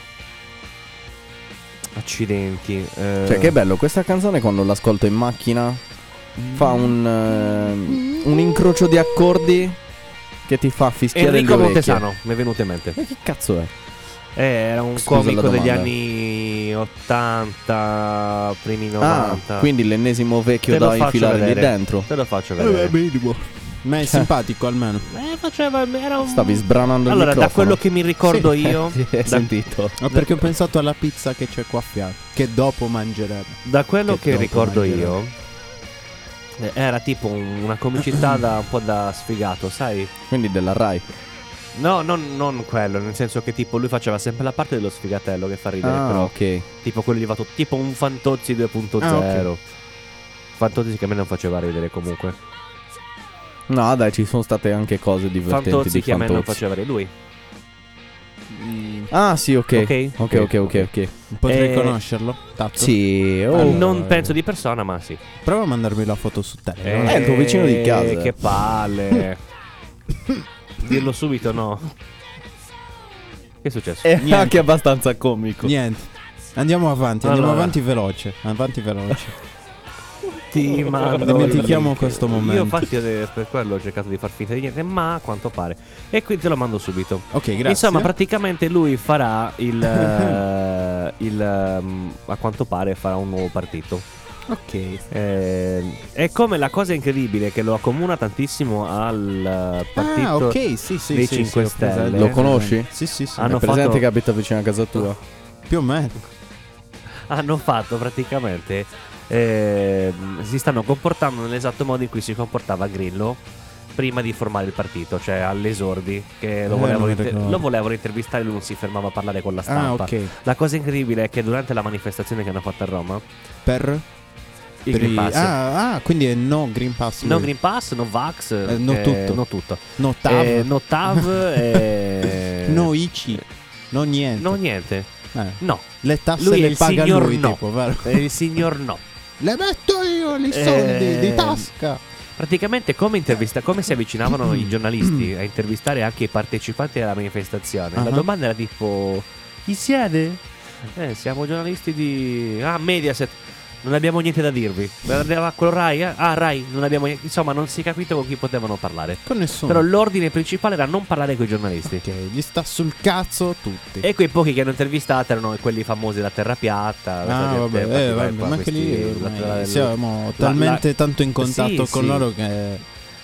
Accidenti. eh. Cioè, che bello, questa canzone quando l'ascolto in macchina fa un, eh, un incrocio di accordi che ti fa fischiare Enrico le orecchie. Montesano, mi è venuto in mente. Ma che cazzo è? Eh, era un Scusa la comico degli domanda. anni ottanta, primi novanta. Ah, quindi l'ennesimo vecchio Te lo da faccio infilare lì vedere. dentro. Te lo faccio vedere. Ma è simpatico almeno. Eh, faceva, era un... Stavi sbranando il Allora, da microfono. quello che mi ricordo io, Sì, hai da, sentito. Ma perché ho pensato alla pizza che c'è qua a fianco. Che dopo mangeremo. da quello Che che dopo ricordo mangerò. io, eh, era tipo un- una comicità da un po' da sfigato, sai? Quindi della Rai. No, non, non quello, nel senso che tipo lui faceva sempre la parte dello sfigatello che fa ridere, Ah, però ok. tipo quello gli va tutto, tipo un Fantozzi due punto zero. Ah, ok. Fantozzi che a me non faceva ridere comunque. No, dai, ci sono state anche cose divertenti Fantozzi di che a me non Fantozzi. faceva ridere lui. Ah, sì, ok. Ok. Ok, ok, ok, ok. Potrei Eh, conoscerlo? Tazzo? Sì, oh. Allora, non penso di persona, ma sì. Prova a mandarmi la foto su Telegram. Eh, il tuo vicino di casa. Che palle. Dirlo subito, no. Che è successo? È Niente. anche abbastanza comico. Niente. Andiamo avanti, andiamo Allora. avanti veloce. Avanti veloce. Ti mando Dimentichiamo il link. questo momento. Io infatti eh, per quello ho cercato di far finta di niente, ma a quanto pare. E qui te lo mando subito. Ok, grazie. Insomma, praticamente lui farà il, eh, il ehm, a quanto pare farà un nuovo partito. Ok. Eh, è come la cosa incredibile che lo accomuna tantissimo al eh, partito. Ah, ok, sì, sì, dei sì, cinque sì, ho Stelle. presente. Lo conosci? Sì, sì, sì. Hanno È presente fatto- che abita vicino a casa tua? Più o meno. Hanno fatto praticamente ehm, si stanno comportando nell'esatto modo in cui si comportava Grillo prima di formare il partito, cioè all'esordi che lo, Eh, volevano, non mi inter- ricordo. lo volevano intervistare, lui non si fermava a parlare con la Ah, stampa. ok. La cosa incredibile è che durante la manifestazione che hanno fatto a Roma, Per? il per Green i- Pass, Ah, ah, quindi è no Green Pass. no lui. Green Pass, no Vax, Eh, no eh, tutto. no tutto, No Tav. Eh, no Tav, eh, No Ici. No niente. no niente, Eh, no, Le tasse lui è le il paga signor lui, no. tipo, vero? Eh, il signor no. Le metto io i Eh, soldi di tasca. Praticamente come intervista, come si avvicinavano i giornalisti a intervistare anche i partecipanti alla manifestazione. La Ah. domanda era tipo: chi siete? Eh, siamo giornalisti di Ah, Mediaset. Non abbiamo niente da dirvi. Andava quello Rai? eh? Ah, Rai, non abbiamo niente. Insomma, non si è capito con chi potevano parlare. Con nessuno. Però l'ordine principale era non parlare con i giornalisti. Ok, gli sta sul cazzo tutti. E quei pochi che hanno intervistato erano quelli famosi da terra piatta. Ah, vabbè, eh, vabbè, ma anche lì ormai siamo talmente tanto in contatto Sì, con sì. loro che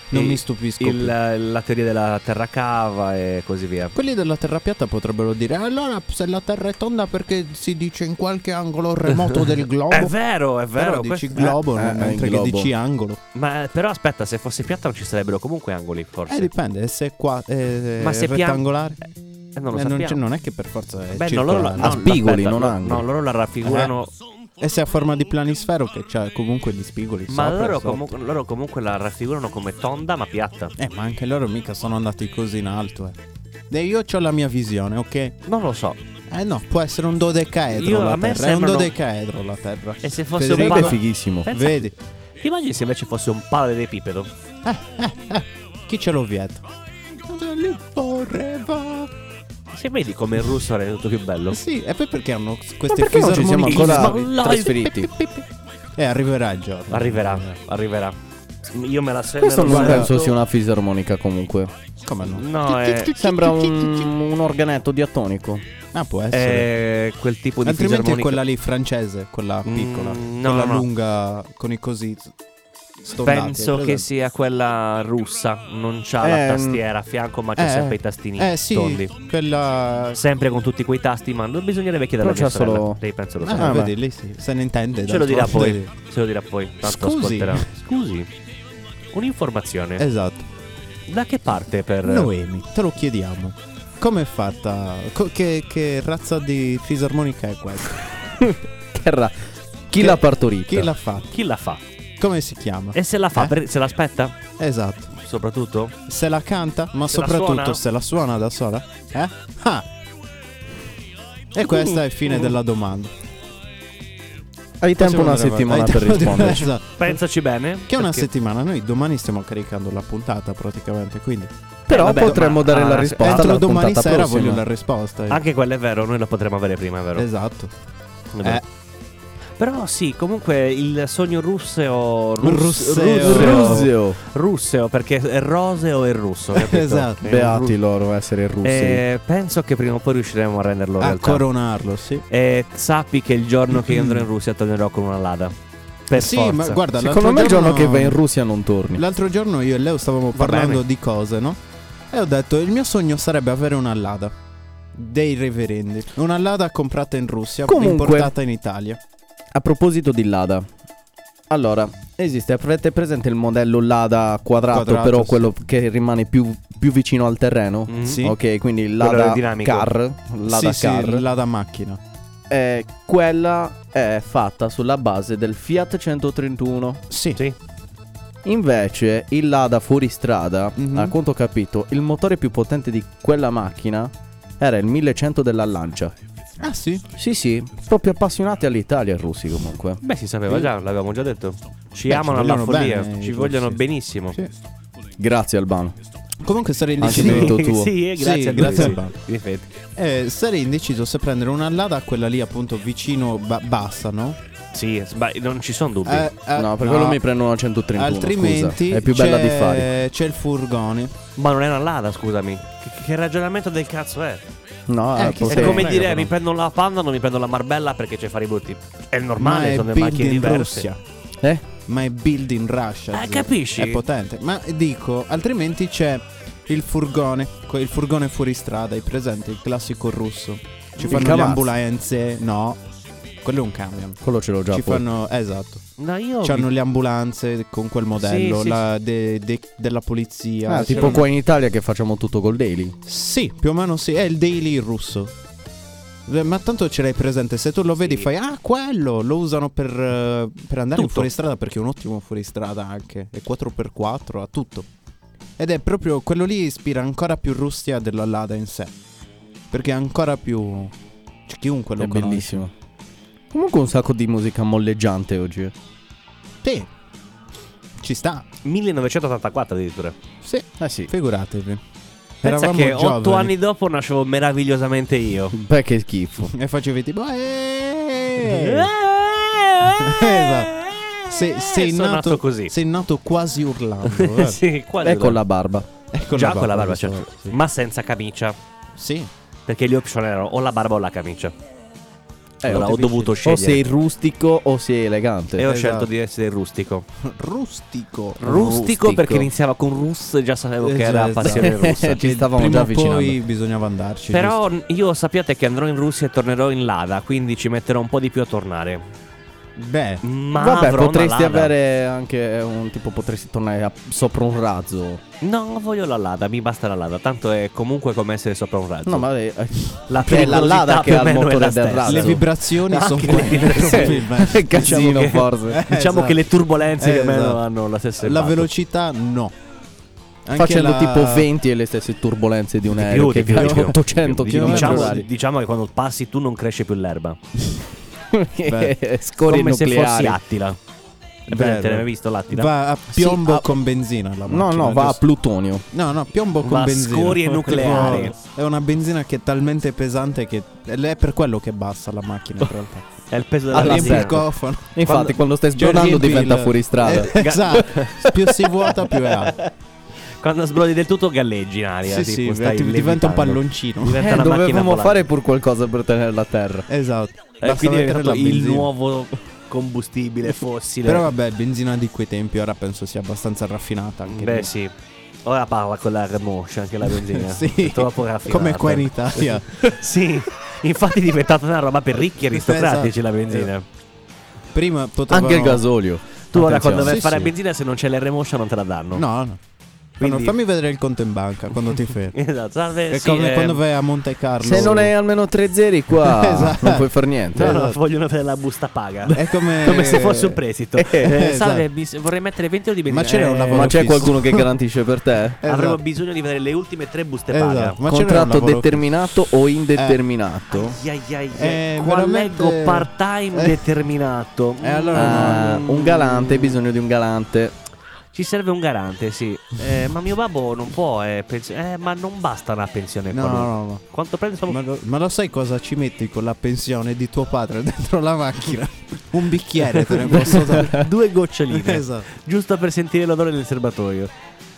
non il- mi stupisco il- più. la teoria della terra cava e così via. Quelli della terra piatta potrebbero dire allora se la terra è tonda perché si dice in qualche angolo remoto del globo. È vero, è vero. Però dici questo- globo eh, no, eh, mentre globo. che dici angolo. Ma però aspetta, se fosse piatta non ci sarebbero comunque angoli, forse. Eh dipende, se è qua è Ma se pian- rettangolare. Eh, non lo Eh, non, sappiamo. c'è- non è che per forza è Beh, no, loro la, circolare. no, A spigoli, aspetta, non no, angoli. No, loro la raffigurano. E se è a forma di planisfero che c'ha comunque gli spigoli Ma sopra e loro sotto. comunque, loro comunque la raffigurano come tonda ma piatta. Eh ma anche loro mica sono andati così in alto eh. E io ho la mia visione, ok? Non lo so. Eh no, può essere un dodecaedro Io- la a me terra. È un sembrano- dodecaedro la terra. E se fosse Federico- un Sarebbe palo. fighissimo. Pensa- Vedi? Ti immagini se invece fosse un parallelepipedo? Chi ce lo vieta? Li vorreva. Se vedi come il russo era tutto più bello. Sì, e poi perché hanno Ma queste perché non ci siamo fisarmonica? ancora Live. trasferiti? Eh, arriverà il giorno. Arriverà, arriverà. Io me la se- Questo me lo non sento. penso sia una fisarmonica comunque. Come no? No, è, Sembra un, un organetto diatonico. Ah, può essere. è quel tipo di Altrimenti è fisarmonica. quella lì francese, quella Mm, piccola, no, quella no, no. lunga con i cosi stondati. Penso hai che presente? sia quella russa. Non c'ha Eh, la tastiera a fianco, ma c'è eh, sempre i tastini Eh sì, tondi. quella. Sempre con tutti quei tasti, ma non bisognerebbe chiedere Però alla mia c'ha sorella. solo- Lei penso lo Ah, sa. Ah, vedi, lei sì, se ne intende. Ce lo dirà d'altronde. poi. Ce lo dirà poi. Tanto Scusi. ascolterà. Scusi. Un'informazione. Esatto. Da che parte per Noemi, te lo chiediamo. Come è fatta? Co- che, che razza di fisarmonica è questa? Che ra- Chi Che- l'ha partorita? Chi l'ha fatta? chi la fa? Come si chiama? E se la fa? Eh? per- se l'aspetta? Esatto. Soprattutto? Se la canta, ma Se la soprattutto suona? se la suona da sola? Eh? Ah. E questa è il fine della domanda. Hai tempo Possiamo una andare settimana avanti. per Hai tempo di- risponderci. Esatto. Pensaci bene. Che è una perché- settimana, noi domani stiamo caricando la puntata praticamente, quindi Però vabbè, potremmo ma- dare ah, la se- risposta entro alla domani puntata sera prossima. voglio la risposta. io. Anche quello è vero, noi lo potremmo avere prima, è vero? Esatto. È vero. Eh. Però sì, comunque il sogno russeo rus- Russeo. russeo Rusio. russeo, perché è roseo e russo, capito? Esatto. È un Beati ru- loro essere russi. Eh, penso che prima o poi riusciremo a renderlo A realtà. coronarlo, sì. E sappi che il giorno che io andrò in Russia tornerò con una Lada. Per sì, forza. ma guarda, Secondo l'altro me il giorno giorno- che vai in Russia non torni. L'altro giorno io e Leo stavamo Va parlando bene. di cose, no? E ho detto, il mio sogno sarebbe avere una Lada dei reverendi. Una Lada comprata in Russia, Comunque- importata in Italia. A proposito di Lada. Allora, esiste, avete presente il modello Lada quadrato, Quadrato, però sì. quello che rimane più, più vicino al terreno? Mm. Sì. Ok, quindi il Quello Lada aerodinamico. Car, Lada sì, Car. sì, Lada macchina. Eh, quella è fatta sulla base del Fiat centotrentuno. Sì. Sì. Invece il Lada fuoristrada, Mhm. a quanto ho capito, il motore più potente di quella macchina era il millecento della Lancia. Ah sì? Sì, sì, proprio appassionati all'Italia i russi comunque. Beh, si sapeva già, l'avevamo già detto. Ci Beh, amano ci alla vogliono follia, bene i ci russi. vogliono benissimo. Sì. Grazie Albano. Comunque sarei Anche indeciso. merito tuo. Sì, eh, grazie Sì, a grazie lui, a Bob. sì. In effetti. Eh, sarei indeciso se prendere una Lada, quella lì appunto vicino ba- bassa, no? Sì, sba- non ci sono dubbi. Eh, eh, No, per no. quello mi prendo una centotrentuno. Altrimenti scusa. È più bella c'è- di fare. C'è il furgone. Ma non è una Lada, scusami. Che, che ragionamento del cazzo è? No, Eh, eh, chi È se potrei- ne come frega, dire però. mi prendo la Panda, non mi prendo la Marbella perché c'è fare i brutti. È Ma normale, è sono delle build macchine in diverse. Russia. Eh? Ma è build in Russia. Eh, zio. capisci? È potente. Ma dico, altrimenti c'è il furgone. que- Il furgone fuori strada, hai presente? Il classico russo. Ci Il fanno le Kamaz. ambulanze. No, quello è un camion. Quello ce l'ho già Ci poi. fanno, esatto. No, io C'hanno vi- le ambulanze con quel modello, Sì, sì, la de- de- della polizia. Ah, tipo C'erano- qua in Italia che facciamo tutto col daily. Sì, più o meno sì. È il daily russo. Eh, Ma tanto ce l'hai presente. Se tu lo vedi, Sì. fai ah, quello. Lo usano per, eh, per andare in Tutto. fuoristrada perché è un ottimo fuoristrada anche. È quattro per quattro, ha tutto. Ed è proprio quello lì ispira ancora più Russia della Lada in sé. Perché è ancora più. Cioè, chiunque lo È conosce. bellissimo. Comunque un sacco di musica molleggiante oggi. eh. Sì. Ci sta. millenovecentottantaquattro addirittura. Sì. Eh sì. Figuratevi. Pensa Eravamo che otto giovani. anni dopo nascevo meravigliosamente io. Beh, che schifo. E facevi tipo. "Eh". Esatto. Sei, sei, Sono nato, nato così. sei nato quasi urlando. eh. Sì, quasi E con la barba. E con Già con la barba, questo, certo. sì. Ma senza camicia. Sì. Perché gli option erano o la barba o la camicia. Eh, allora o ho ti dovuto O scegliere. sei rustico o sei elegante. E ho Esatto. scelto di essere rustico. Rustico. Rustico Rustico. perché iniziava con Rus e già sapevo che era Esatto. passione russa. Ci stavamo Prima già o avvicinando. poi bisognava andarci. Però io sappiate che andrò in Russia e tornerò in Lada, quindi ci metterò un po' di più a tornare. giusto? Beh, Ma Vabbè, avrò una potresti Lada. avere anche un tipo, potresti tornare a- sopra un razzo. No, voglio la Lada, mi basta la Lada. Tanto è comunque come essere sopra un razzo. No, ma eh, la che è la Lada che ha il motore del razzo. le vibrazioni Anche sono le quelle. vibrazioni. È casino Diciamo che- forse. Diciamo Esatto. che le turbolenze più o meno Esatto. hanno la stessa La velocità no. Anche Facendo la- tipo venti e le stesse turbolenze di un Di aereo più, che di più, viaggia di più. ottocento Di più. km Diciamo, orari. diciamo che quando passi tu non cresce più l'erba. Scorie Come se fossi nucleari. Attila. È Vero. presente, l'hai mai visto l'Attila? Va a piombo Sì, a- con benzina la No, macchina, no, va a giusto? plutonio. No, no, piombo con Va a benzina. scorie nucleari. È una benzina che è talmente pesante che è per quello che bassa la macchina in realtà. È il peso della Alla Riempi benzina. il cofano. Infatti, Quando- quando, stai Cioè, sbronando riempi diventa il- fuori strada. Eh, esatto. Più si vuota più è alto. Quando sbrodi del tutto galleggi in aria. Sì, tipo, sì, stai ti- diventa un levitando. palloncino. Diventa Eh, una macchina dovevamo volante. fare pur qualcosa per tenerla a terra. Esatto. Eh, Basta quindi è mettere diventato la il benzina. nuovo combustibile fossile. Però vabbè, benzina di quei tempi ora penso sia abbastanza raffinata anche Beh lì. sì. Ora parla con la remoscia anche la benzina. Sì. È troppo raffinata. Come qua in Italia. Sì. Infatti è diventata una roba per ricchi aristocratici Esatto. la benzina. Prima potevano... Anche il gasolio. Tu ora Attenzione. quando vai a Sì, fare sì. benzina se non c'è l'R moscia non te la danno. No, no. Quindi- Fanno, fammi vedere il conto in banca quando ti fermi. Esatto. Salve. È sì, come eh, quando vai a Monte Carlo. Se non hai almeno tre zeri qua Esatto. non puoi fare niente. No, no, Esatto. vogliono vedere la busta paga. È come... Come se fosse un prestito. Eh, Eh, esatto. Salve, bis- vorrei mettere venti euro di benzina. Ma ce n'è un Eh, lavoro Ma c'è fisso. qualcuno che garantisce per te? Esatto. Avremo bisogno di vedere le ultime tre buste paga. Esatto. Ma ce n'è un Contratto lavoro determinato o indeterminato? Ai, ai, ai, ai. Eh, Qua veramente- leggo part-time Eh. determinato. E allora Ah, Mm. un galante, hai bisogno di un galante. Ci serve un garante, sì. Eh, ma mio babbo non può, eh, pens- eh, ma non basta una pensione No, qua. no, no, no. Quanto prende solo? Ma lo, ma lo sai cosa ci metti con la pensione di tuo padre dentro la macchina? Un bicchiere te ne posso dare. Due goccioline. Esatto. Giusto per sentire l'odore del serbatoio.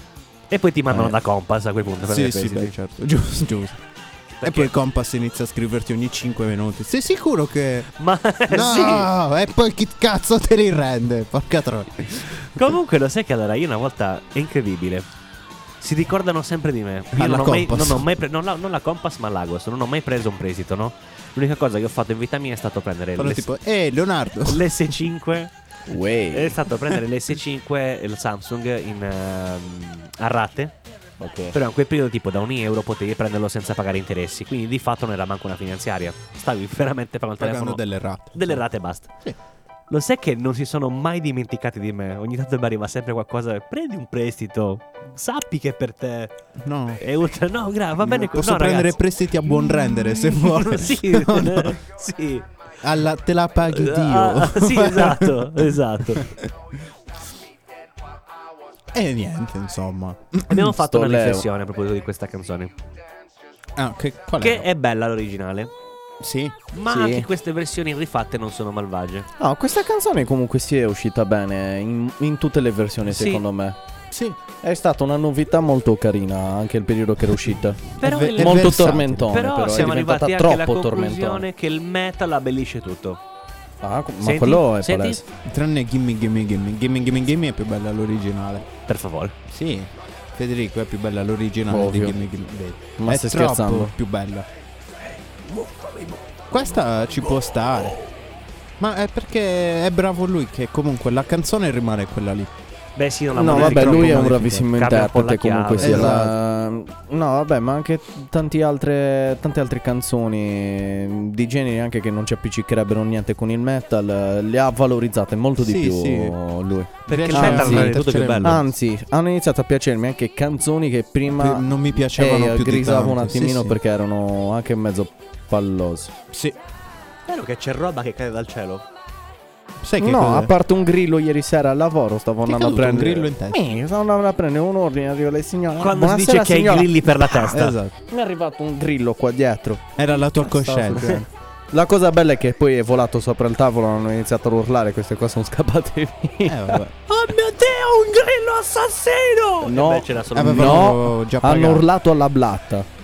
E poi ti mandano Eh. da Compass a quel punto. per Sì, le sì, prestiti. beh, certo. Giusto, giusto. E poi il Compass inizia a scriverti ogni cinque minuti. Sei sicuro che... Ma No, sì. e poi chi cazzo te li rende? Porca troia. Comunque lo sai che allora io una volta è incredibile. Si ricordano sempre di me. Io Alla non ho, mai, Compass. non ho mai pre- non la, non la Compass ma l'Agos. Non ho mai preso un prestito, no? L'unica cosa che ho fatto in vita mia è stato prendere Fanno l'S- tipo, eh, Leonardo. l'S cinque. Way. Eh, È stato prendere l'S cinque e il Samsung in, ehm, a rate. Ok. Però in quel periodo tipo da un euro potevi prenderlo senza pagare interessi. Quindi di fatto non era manco una finanziaria. Stavi veramente pagando il Pagando telefono delle rate. delle rate e basta. Sì. Lo sai che non si sono mai dimenticati di me. Ogni tanto mi arriva sempre qualcosa. Prendi un prestito. Sappi che per te No. è ultra. No, gra- va bene. co- Posso no, prendere ragazzi. prestiti a buon rendere se vuoi. Sì, No, no. sì. Alla, te la paghi Dio. Ah, sì, esatto, esatto. E niente, insomma. Abbiamo fatto Sto una Leo. riflessione a proposito di questa canzone. Ah, che, qual Che è? è bella l'originale. Sì. Ma Sì. anche queste versioni rifatte non sono malvagie. No, questa canzone comunque si è uscita bene in, in tutte le versioni, Sì. secondo me. Sì. È stata una novità molto carina anche il periodo che era uscita. Però, ve- il- è Molto versatile. tormentone, però però, siamo è diventata arrivati anche alla troppo conclusione tormentone. che il metal abbellisce tutto. Ah, co- ma Senti? quello è Senti? palese. Tranne Gimme Gimme Gimme. Gimme Gimme Gimme è più bella l'originale. Per favore. Sì. Federico è più bella l'originale Ovvio. di Gimme Gimme Gimme. Ma è stai troppo scherzando? più bella. Questa ci può stare. Ma è perché è bravo lui che comunque la canzone rimane quella lì. Beh, sì, non la No, modifica vabbè, lui è po', un modifica. bravissimo Cambia un po' la interprete comunque chiave. sia. Esatto. la- No, vabbè, ma anche tanti altre, tante altre canzoni di generi anche che non ci appiccicherebbero niente con il metal, eh, le ha valorizzate molto di Sì, più sì. lui. Perché il Riesce metal a non è tutto più mettercele- bello. Anzi, hanno iniziato a piacermi anche canzoni che prima non mi piacevano eh, più di grisavo tanto. un attimino Sì, sì. perché erano anche mezzo pallosi. Sì. Vero che c'è roba che cade dal cielo. Sai che No, cosa- a parte un grillo ieri sera al lavoro, stavo Ti è andando a caduto un prendere grillo in testa? Mi stavo andando a prendere un ordine, arriva le signore. Quando si Buonasera, dice che hai i signora. grilli per la testa. Esatto. Mi è arrivato un grillo qua dietro. Era la tua Stavo coscienza. succedendo. La cosa bella è che poi è volato sopra il tavolo, hanno iniziato ad urlare, queste qua sono scappate via. Eh, vabbè. Oh mio Dio, un grillo assassino! No. E beh, c'era solo Aveva- un No, Avevano già hanno pagato. urlato alla blatta.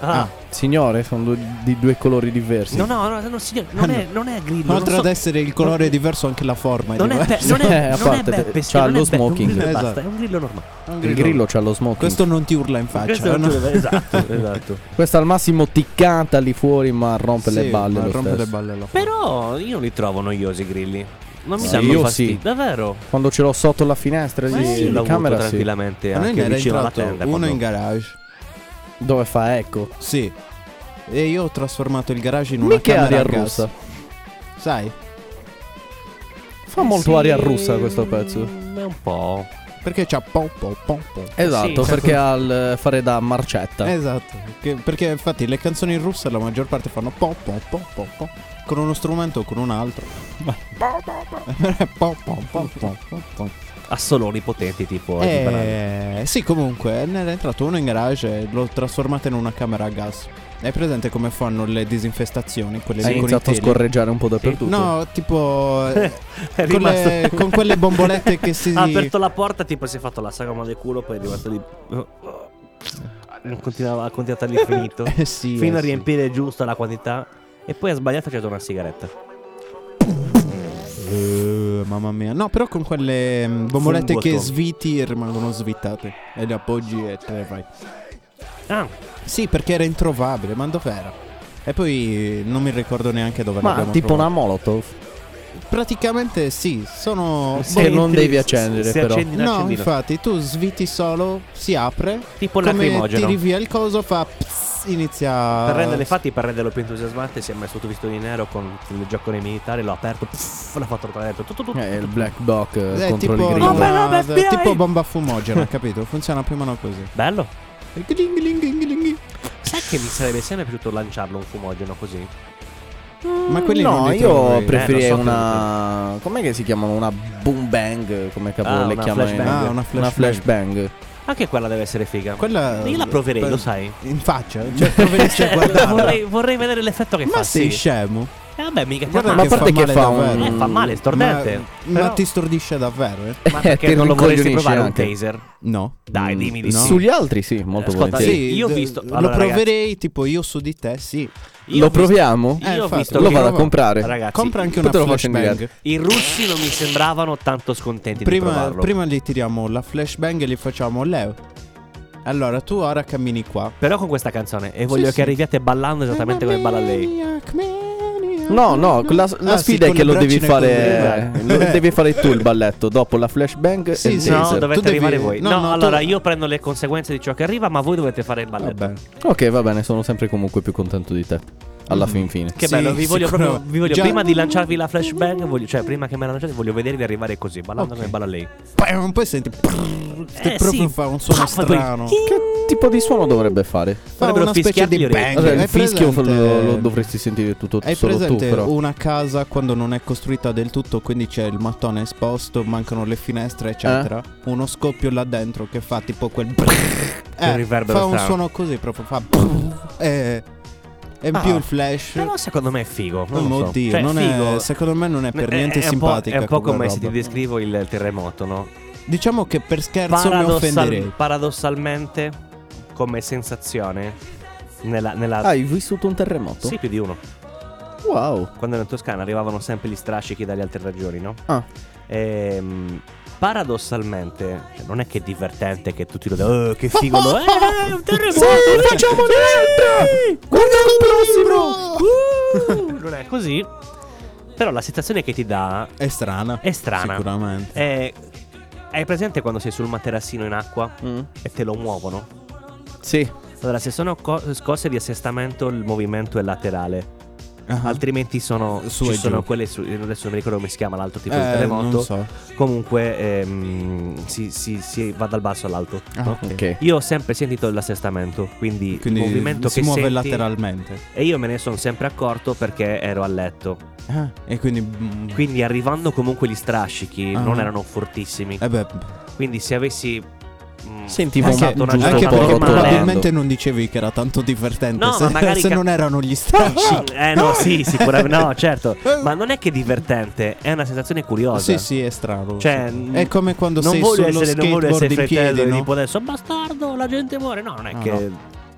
Ah. Signore, sono due- di due colori diversi. No, no, no, no, signor, non, è, non è Grillo. Oltre non ad so- essere il colore diverso, anche la forma è Non è, Be- diversa. non è, Eh, a non è parte, Beppe, c'ha signor, non lo è Beppe, è un smoking. grillo e Esatto. basta, è un grillo normale. Il grillo c'ha lo smoking. Questo non ti urla in faccia. Questo è un no? grillo- esatto, esatto. Questo al massimo ti canta lì fuori, ma rompe Sì, le balle ma lo rompe stesso. le balle lo fa. Però io non li trovo noiosi i grilli. Non mi Sì, danno io fastidio. sì. Davvero? Quando ce l'ho sotto la finestra Ma di, io di l'ho avuto camera, sì. tranquillamente A noi anche ne era vicino alla entrato tenda. uno quando- in garage. Dove fa ecco. Sì. E io ho trasformato il garage in una Mica camera aria a gas. russa. Sai? Fa molto Sì, aria russa questo pezzo. mm, È un po'. Perché c'ha po po po po. Esatto, Sì, perché ha il fare da marcetta. Esatto. Che- perché infatti le canzoni in russa la maggior parte fanno po po po po po. Con uno strumento o con un altro. po po po po po po. Assoloni potenti tipo Eddie Banana. Eh, sì, comunque ne era entrato uno in garage e l'ho trasformato in una camera a gas. Hai presente come fanno le disinfestazioni? Quelle Hai lì con i iniziato a teli? scorreggiare un po' dappertutto. No, tipo eh, È con, rimasto- le- con quelle bombolette che si Ha aperto la porta, tipo si è fatto la sagoma del culo, poi è arrivato lì. Non continuava, ha continuato all'infinito. Eh sì, fino eh a sì. riempire giusta la quantità. E poi ha sbagliato e ha dato una sigaretta. Eh, mamma mia. No, però con quelle mm, bombolette Fungo che atomico. sviti e rimangono svitate. E le appoggi e te ne vai. Ah, Sì, perché era introvabile, ma dov'era? E poi non mi ricordo neanche dove Ma l'abbiamo tipo trovato. una molotov. Praticamente sì, sono... Sì. Che non devi accendere, si però. accendi un No, accendino. infatti, tu sviti solo, si apre, Tipo come lacrimogeno. tiri via il coso, fa... pss, inizia... Per renderle fatti, per renderlo più entusiasmante, si è messo tutto vestito di nero con il giaccone militare, l'ho aperto, pff, l'ha fatto entrare dentro. Tu, tu, tu, Eh, il tu, tu. black box eh, È contro tipo, il no, grillo. beh, no, una- F B I. tipo bomba fumogena, capito? Funziona più o meno così. Bello. Ma Sai che mi sarebbe sempre piaciuto lanciarlo un fumogeno così? quelli non No, li io trovi. preferirei Eh, lo so che una. Com'è che si chiamano? Una boom bang. Come cavolo Ah, le una chiamano? in- flashbang. Ah, una Una flashbang. flashbang. Anche quella deve essere figa. Quella... Io la proverei, Beh, lo sai. In faccia? Cioè, proveresti a guardarla. vorrei, vorrei vedere l'effetto che Ma fa. sei Sì. scemo? Eh, vabbè, mica Guarda fa Ma a che male. parte fa che male fa davvero. un. Eh, fa male, stordente. Ma, ma Però- ti stordisce davvero, eh? Ma Eh, perché ti non lo vorresti rincoglionisce provare anche. un taser? No. Dai, dimmi di no. sì. Sugli altri sì, molto Ascolta, volentieri. sì, io ho d- visto- Lo allora, proverei, tipo io su di te, sì. Io Lo ho visto- proviamo? Io Eh, ho infatti, visto Lo che vado a comprare. Ragazzi, Compra anche Poi una te lo faccio in flashbang. diretta. i russi non mi sembravano tanto scontenti di Prima, provarlo. prima gli tiriamo la flashbang e gli facciamo Leo. Allora tu ora cammini qua. Però con questa canzone. E voglio Sì, che sì. arriviate ballando esattamente come balla lei. Maniac, maniac, No, no, la, la Ah, sì, sfida con è che le lo devi braccia nel fare. collo. Lo devi fare tu il balletto. Dopo la flashbang Sì, e il sì, No, taser. dovete Tu devi- arrivare voi. no, No, no, tu- allora io prendo le conseguenze di ciò che arriva, ma voi dovete fare il balletto. Vabbè. Ok, va bene, sono sempre comunque più contento di te. Alla fin fine. Che Sì, bello, vi voglio proprio. sicuramente. Vi voglio Già- prima di lanciarvi la flashbang, voglio, cioè prima che me la lanciate, voglio vedervi arrivare così, ballando Ok. come balla lei. Poi, poi senti. Eh, proprio sì. fa un suono Poi- poi- strano. Che tipo di suono dovrebbe fare? Fa Dovrebbero una specie fischiargli di le orecchie. bang. Allora, il Hai fischio presente- lo, lo dovresti sentire tutto Hai solo tu, presente però. una casa quando non è costruita del tutto, quindi c'è il mattone esposto, mancano le finestre, eccetera. Uno scoppio là dentro che fa tipo quel. Eh, riverbero fa un strano. suono così, proprio fa. E, e in Ah. più il flash. Però secondo me è figo. Non Oh lo so. mio Dio, Cioè, non figo. è, secondo me non è per È- niente è un po'- simpatica. È un po' come come se ti roba. descrivo il terremoto, no? Diciamo che per scherzo mi Paradossal- offenderei. paradossalmente, come sensazione, nella. nella Ah, hai vissuto un terremoto? sì, più di uno. Wow. Quando ero in Toscana arrivavano sempre gli strascichi dalle altre regioni, no? Ah. Ehm, paradossalmente, cioè, non è che è divertente che tutti lo dicono, oh, che figo lo è, è un terremoto. Sì, facciamo niente. Guarda il prossimo. Uh, non è così. Però la sensazione che ti dà È strana. è strana. Sicuramente. È- hai presente quando sei sul materassino in acqua Mm. e te lo muovono? Sì. Allora, se sono co- scosse di assestamento, il movimento è laterale. Ah. Altrimenti sono, Su ci e sono giù. quelle su, adesso non mi ricordo come si chiama l'altro tipo di Eh, terremoto. non so. Comunque ehm, si, si- si va dal basso all'alto, Ah, no? ok. Ok. Io ho sempre sentito l'assestamento, quindi, Quindi il movimento si che muove senti, lateralmente. e io me ne sono sempre accorto perché ero a letto. Ah, e quindi. mm, Quindi arrivando comunque gli strascichi Ah. non erano fortissimi. Eh beh. Quindi se avessi mm, Sentivo Anche, passato una giusto anche un giornata po' perché male, probabilmente non dicevi che era tanto divertente. No, se, ma magari se ca- non erano gli strascichi. Eh no, sì, sicuramente. No, certo. Ma non è che è divertente, è una sensazione curiosa. Sì, sì, è strano. Cioè, sì. È come quando non sei voglio sullo essere, non voglio skateboard essere in piedi, fratello no? tipo adesso bastardo, la gente muore. No, non è No, che no.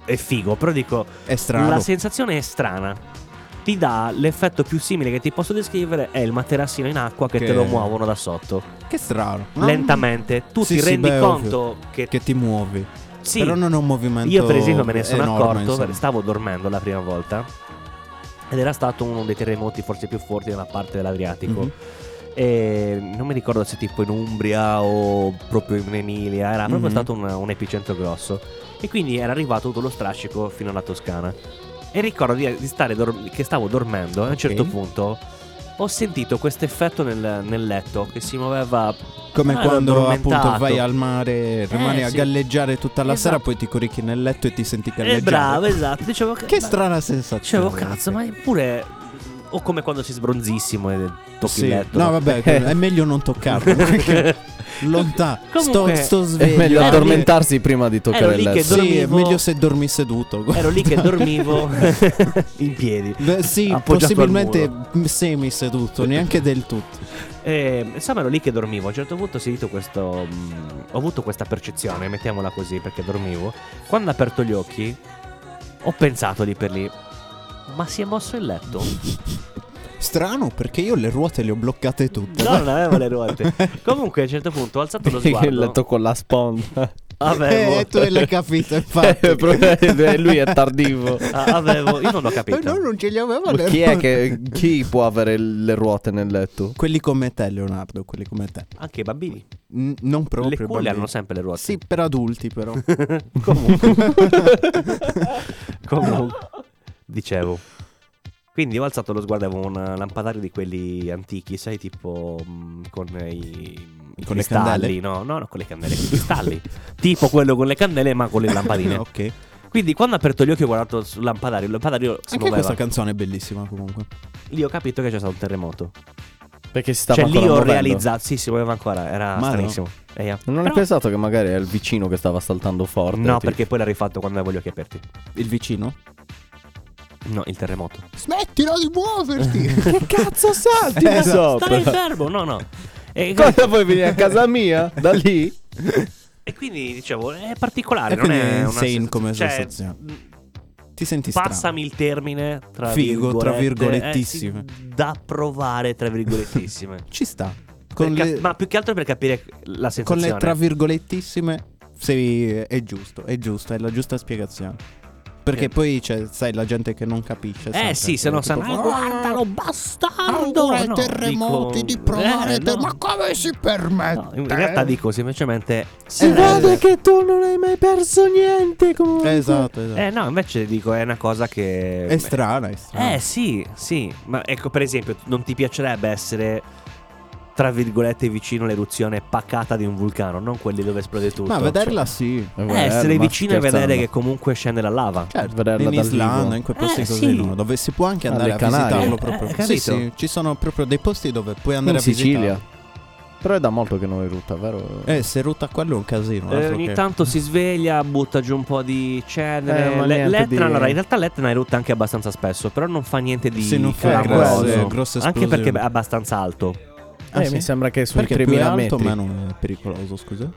è figo, però dico È strano. la sensazione è strana. Ti dà l'effetto più simile che ti posso descrivere è il materassino in acqua che, Che- te lo muovono da sotto Che strano. No? lentamente. Tu Sì, ti sì, rendi beh, conto ovvio. che, Che ti muovi. sì, Però non è un movimento io per esempio me ne sono enorme, accorto insomma. perché stavo dormendo la prima volta ed era stato uno dei terremoti forse più forti nella parte dell'Adriatico. Mhm. E non mi ricordo se tipo in Umbria o proprio in Emilia, era proprio Mhm. stato un, un epicentro grosso. E quindi era arrivato tutto lo strascico fino alla Toscana. E ricordo di, di stare dor- che stavo dormendo e a un certo Ok. punto ho sentito questo effetto nel, nel letto che si muoveva Come ah, ero quando addormentato. appunto vai al mare, rimani a sì. galleggiare tutta la Esatto. sera, poi ti corichi nel letto e ti senti galleggiare. Eh, bravo, esatto. Dicevo che, Che ma- strana sensazione. Dicevo cazzo, ma eppure o come quando sei sbronzissimo e tocchi Sì. il letto. No, vabbè, è meglio non toccarlo. perché Lontano. Sto, Comunque- sto È sveglio. meglio Ero lì- addormentarsi prima di toccare ero il lì che letto. Sì, è dormivo- meglio se dormi seduto. Ero lì che dormivo in piedi. Beh, sì, appoggiato al possibilmente muro. semi seduto, neanche del tutto. E, insomma, ero lì che dormivo. A un certo punto ho sentito questo. mh, ho avuto questa percezione, mettiamola così, perché dormivo. Quando ho aperto gli occhi, ho pensato lì per lì. Ma si è mosso il letto? Strano, perché io le ruote le ho bloccate tutte. No, non avevo le ruote. Comunque, a un certo punto ho alzato lo sguardo. Il letto con la sponda. Avevo. Eh, tu l'hai capito, infatti. Eh, Lui è tardivo. Ah, avevo. Io non l'ho capito. Eh, no, non ce li aveva Ma le chi è ruote. che chi può avere le ruote nel letto? Quelli come te, Leonardo, quelli come te. Anche i bambini. N- non proprio Le culle bambini. hanno sempre le ruote. Sì, per adulti però. Comunque. Comunque. Dicevo. Quindi ho alzato lo sguardo, avevo un lampadario di quelli antichi, sai, tipo mh, con i, i Con le cristalli, candele? no, no, no, con le candele, con i cristalli. Tipo quello con le candele, ma con le lampadine. Ok. Quindi quando ho aperto gli occhi ho guardato sul lampadario, il lampadario si Anche muoveva. questa canzone è bellissima comunque. Lì ho capito che c'è stato un terremoto. Perché si stava Cioè lì ancora ho muovendo. realizzato, sì, si muoveva ancora, era Ma no. stranissimo. E io- Non hai Però- pensato che magari è il vicino che stava saltando forte? No, tipo? perché poi l'ha rifatto quando avevo gli occhi aperti. Il vicino? No, il terremoto. Smettila di muoverti. Che cazzo salti Eh, di esatto. Stai sopra? fermo, no, no. E, Cosa vuoi venire a casa mia? Da lì? e quindi dicevo, è particolare, E non quindi è è una insane sens- come cioè, sensazione. mh, Ti senti strano. Passami il termine tra Figo, tra virgolette, virgolettissime. eh, sì, da provare tra virgolettissime. Ci sta. Per Con cap- le, ma più che altro per capire la con sensazione. le tra virgolettissime sei, è giusto, è giusto, è la giusta spiegazione. Perché Eh. poi c'è, sai, la gente che non capisce. Eh sempre, sì, se no tipo, sanno, ah, "Ah, guardalo, bastardo. Ora i No, terremoti dico, di provare eh, te- no. Ma come si permette? No, in realtà dico semplicemente Si eh, vede che tu non hai mai perso niente comunque. Esatto, esatto. Eh no, invece dico è una cosa che È strana, è strana. Eh sì, sì, ma ecco per esempio non ti piacerebbe essere tra virgolette vicino all'eruzione pacata di un vulcano, non quelli dove esplode tutto. Ma vederla sì. Cioè, eh, essere vicino e vedere che comunque scende la lava. Certo, Vederla in dal Islanda, vivo. in quei posti Eh, così, sì. no? Dove si può anche Alle andare a Canarie. visitarlo Eh, proprio. eh, sì, capito? sì, ci sono proprio dei posti dove puoi andare In a visitare. Sicilia. Però è da molto che non erutta, vero? Eh, se rutta quello è un casino. Eh, altro ogni che- tanto si sveglia, butta giù un po' di cenere. Eh, ma Le- niente L'Etna, di- allora, in realtà l'Etna erutta anche abbastanza spesso, però non fa niente di Sì, non fa clamoroso. grosse- grosse Anche esplosioni. perché è abbastanza alto. Ah, Eh, sì? mi sembra che sui Perché più è tremila alto metri. meno è pericoloso, scusa.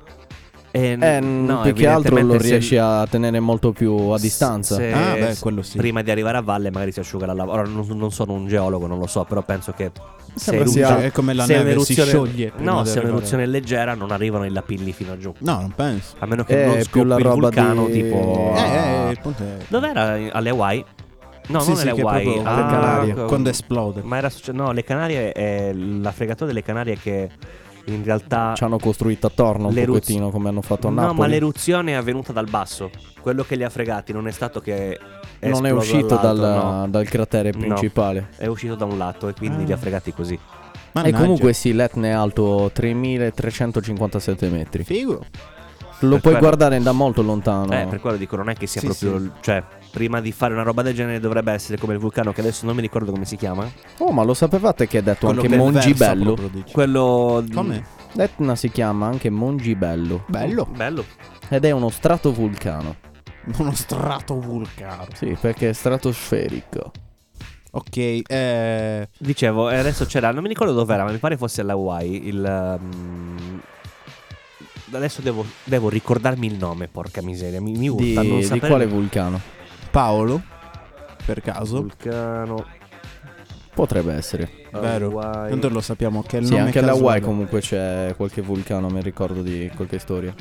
E, Eh, no, più che altro lo evidentemente se- riesci a tenere molto più a distanza. se- Ah, beh, quello sì. Prima di arrivare a valle magari si asciuga la lava. Ora non, non sono un geologo, non lo so, però penso che se Sembra erutta- sia- È come la se neve si un'eruzione- scioglie prima No, di se è arrivare. un'eruzione leggera non arrivano i lapilli fino a giù. No, non penso. A meno che Eh, non più scoppi la il roba vulcano di- tipo Eh, a- eh, il punto è... Dov'era? Alle Hawaii? No, Sì, non sì, alle che Hawaii, proprio ah, le Canarie, co- quando esplode. Ma era succe- no, le Canarie è la fregatura delle Canarie che in realtà Ci hanno costruito attorno un L'eruz- pochettino come hanno fatto a No, Napoli. ma l'eruzione è avvenuta dal basso. Quello che li ha fregati non è stato che non è esploso uscito dal, dall'alto, no. dal cratere No. principale. È uscito da un lato e quindi Ah. li ha fregati così. E Mannaggia. comunque sì, l'Etna è alto tremilatrecentocinquantasette metri. Figo. Lo Per puoi quello- guardare da molto lontano. Eh, per quello dico, non è che sia Sì, proprio. Cioè, prima di fare una roba del genere dovrebbe essere come il vulcano, che adesso non mi ricordo come si chiama. Oh, ma lo sapevate che è detto Quello anche che Mongibello? versa proprio, dici. Quello. Come? L'Etna si chiama anche Mongibello. Bello. Bello. Ed è uno stratovulcano. Uno stratovulcano. Sì, perché è stratosferico. Ok, eh... Dicevo, e adesso c'era. Non mi ricordo dove era, ma mi pare fosse alla Hawaii. Il. um, adesso devo, devo ricordarmi il nome, porca miseria. Mi, mi urta Di, non di sapere. quale vulcano? Paolo, per caso, Vulcano. Potrebbe essere. vero? Hawaii. Tanto lo sappiamo che è il Sì, nome anche all'Hawaii casuale. comunque c'è qualche vulcano, mi ricordo di qualche storia.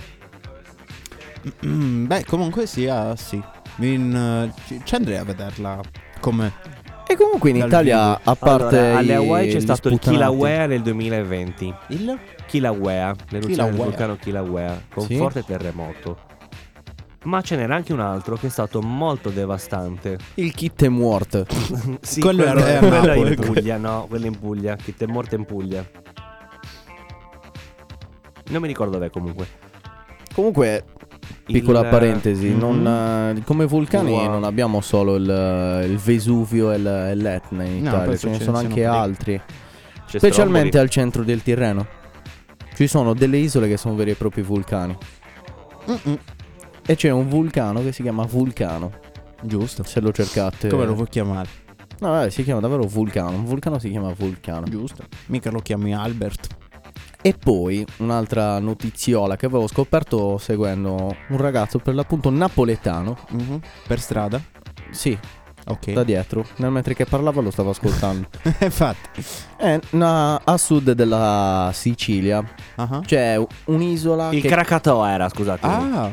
Mm, beh, comunque sia, sì. In, eh, ci, ci andrei a vederla com'è. E comunque in Dal Italia, vivo. a parte Allora, alle i- Hawaii c'è gli stato il sputtanati- Kilauea nel duemilaventi. Il? Kilauea, l'eruzione del Kilauea. vulcano Kilauea, con Sì. forte terremoto. Ma ce n'era anche un altro che è stato molto devastante. Il Kittemort. Sì, Quello quello, era a quello Napoli. in Puglia, no, quello in Puglia, che è morto in Puglia. Non mi ricordo dov'è comunque. Comunque, piccola Il- parentesi, Mhm. non, eh, come vulcani Wow. non abbiamo solo il, il Vesuvio e, il- e l'Etna in No, Italia, poi ce ne ce sono ne anche sono altri. c'è Specialmente Stromboli. al centro del Tirreno. Ci sono delle isole che sono veri e propri vulcani. Mm-mm. E c'è un vulcano che si chiama Vulcano. Giusto. Se lo cercate. Come lo vuoi chiamare? No, vabbè, si chiama davvero Vulcano. Un vulcano si chiama Vulcano. Giusto. Mica lo chiami Albert. E poi un'altra notiziola che avevo scoperto seguendo un ragazzo per l'appunto napoletano. Mhm. Per strada? Sì, Ok. da dietro. Nel mentre che parlava lo stavo ascoltando. Infatti. È una- a sud della Sicilia Ah. c'è un'isola Il che Krakatoa era, scusate. Ah,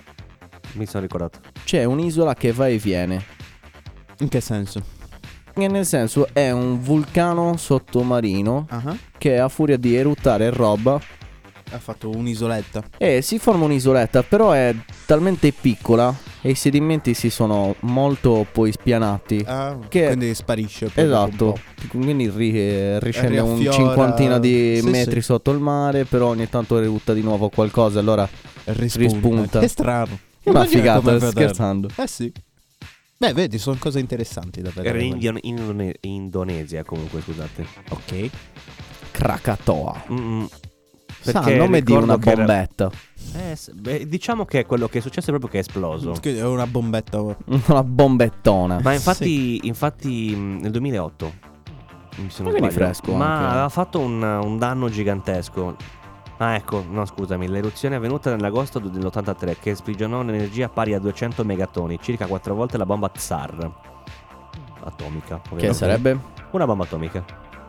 Mi sono ricordato. c'è un'isola che va e viene. in che senso? E nel senso è un vulcano sottomarino Ah. che a furia di eruttare roba Ha fatto un'isoletta. e si forma un'isoletta, però è talmente piccola e i sedimenti si sono molto poi spianati. Ah, Che- quindi sparisce. poi dopo un Esatto, po'. quindi ri- riscende un Riaffiora, cinquantina di sì, metri sì. sotto il mare, però ogni tanto erutta di nuovo qualcosa, allora Rispunta. rispunta. Che strano. ma Immagina figata, come vederlo. scherzando. Eh sì. Beh, vedi, sono cose interessanti da vedere. Era in Indion- Indone- Indonesia comunque, scusate. Ok. Krakatoa. Mm-mm. Sa, Perché il nome di ricordo una che era- bombetta. Eh, s- beh, diciamo che quello che è successo è proprio che è esploso. Quindi è una bombetta. Una bombettona. Ma infatti, infatti mh, nel duemilaotto mi sono Quindi sbaglio, fresco ma anche. aveva fatto un, un danno gigantesco. Ah, ecco, no, scusami, l'eruzione è avvenuta nell'agosto dell'ottantatré che sprigionò un'energia pari a duecento megatoni, circa quattro volte la bomba Tsar atomica. Che ovviamente. sarebbe? Una bomba atomica,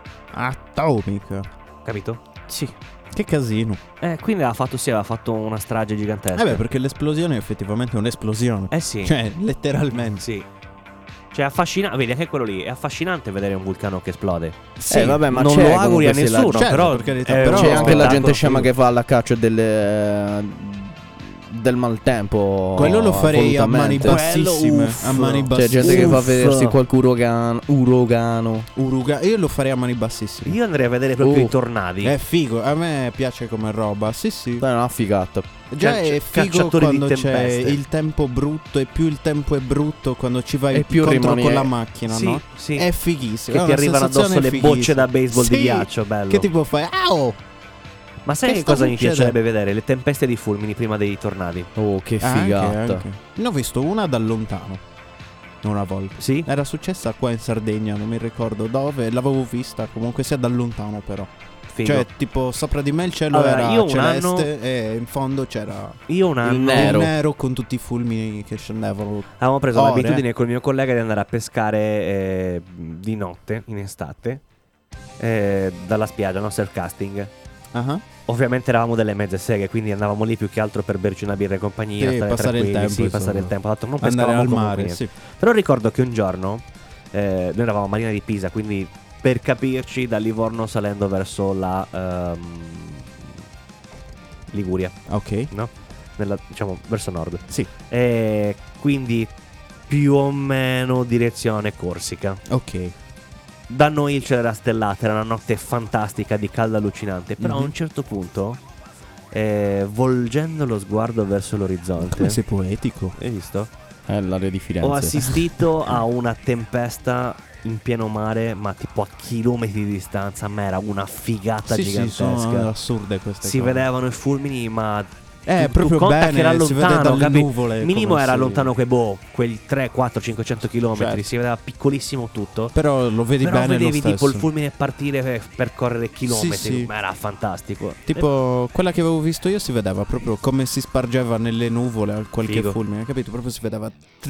Atomica. capito? Sì. Che casino. Eh, quindi aveva fatto, sì, aveva fatto una strage gigantesca. Eh beh, perché l'esplosione è effettivamente un'esplosione. Eh sì. Cioè, letteralmente. Sì. Cioè, affascinante. Vedi, anche quello lì. È affascinante vedere un vulcano che esplode. Sì. eh vabbè, ma non c'è lo auguri a comunque se la- nessuno. certo, però per carità, è però un C'è anche la spettacolo gente scema figo. che va alla caccia delle del maltempo. Quello lo farei a mani volutamente. bassissime. uff. A mani C'è bassissime. gente che fa Uff. vedersi qualche uragano, uragano. Uruga. Io lo farei a mani bassissime. Io andrei a vedere proprio Uh. i tornadi. È figo. A me piace come roba. Sì, sì. Dai, una figata. Già Caccia- è figo cacciatori di quando c'è tempeste. il tempo brutto. E più il tempo è brutto quando ci vai E più incontro rimani- con la macchina, sì, no? sì. È fighissimo. Che è ti una arrivano addosso sensazione le bocce fighissima. da baseball di Sì, ghiaccio, bello. Che tipo fai? Au! Ma sai che che sta cosa mi succedendo? piacerebbe vedere? Le tempeste di fulmini prima dei tornadi. Oh, che Anche, figata. anche. Ne ho visto una da lontano. Una volta. Sì? Era successa qua in Sardegna, non mi ricordo dove. L'avevo vista comunque sia da lontano però. Figo. Cioè tipo sopra di me il cielo Allora, era io un celeste anno- e in fondo c'era Io un anno nero. il nero con tutti i fulmini che scendevano. avevamo preso Ore. l'abitudine col mio collega di andare a pescare eh, di notte, in estate, eh, dalla spiaggia, no? Surfcasting. Ah, Ovviamente eravamo delle mezze seghe, quindi andavamo lì più che altro per berci una birra in compagnia, Sì, stare passare il tranquilli, tempo, sì, passare insomma. il tempo. Tra l'altro non andare pescavamo al comunque mare, niente. sì. Però ricordo che un giorno eh, noi eravamo a Marina di Pisa, quindi per capirci da Livorno salendo verso la ehm, Liguria, Ok. no? Nella, diciamo verso nord. Sì. E quindi più o meno direzione Corsica. Ok. Da noi il cielo era stellato, era una notte fantastica di caldo allucinante. Però a Mhm. un certo punto, eh, volgendo lo sguardo verso l'orizzonte, Come sei poetico. hai visto? È l'area di Firenze. Ho assistito a una tempesta in pieno mare, ma tipo a chilometri di distanza. A me era una figata Sì, sì, gigantesca. sono assurde queste Si cose. vedevano i fulmini, ma Eh, tu- proprio tu conta bene, che era si vede lontano, dalle capi? nuvole Minimo come era si- lontano que boh, quei tre, quattro, cinquecento chilometri, Certo. si vedeva piccolissimo tutto. Però lo vedi Però bene lo vedevi stesso. tipo il fulmine partire per percorrere chilometri, Sì, sì. ma era fantastico. Tipo quella che avevo visto io si vedeva proprio come si spargeva nelle nuvole a qualche Figo. fulmine, capito? Proprio si vedeva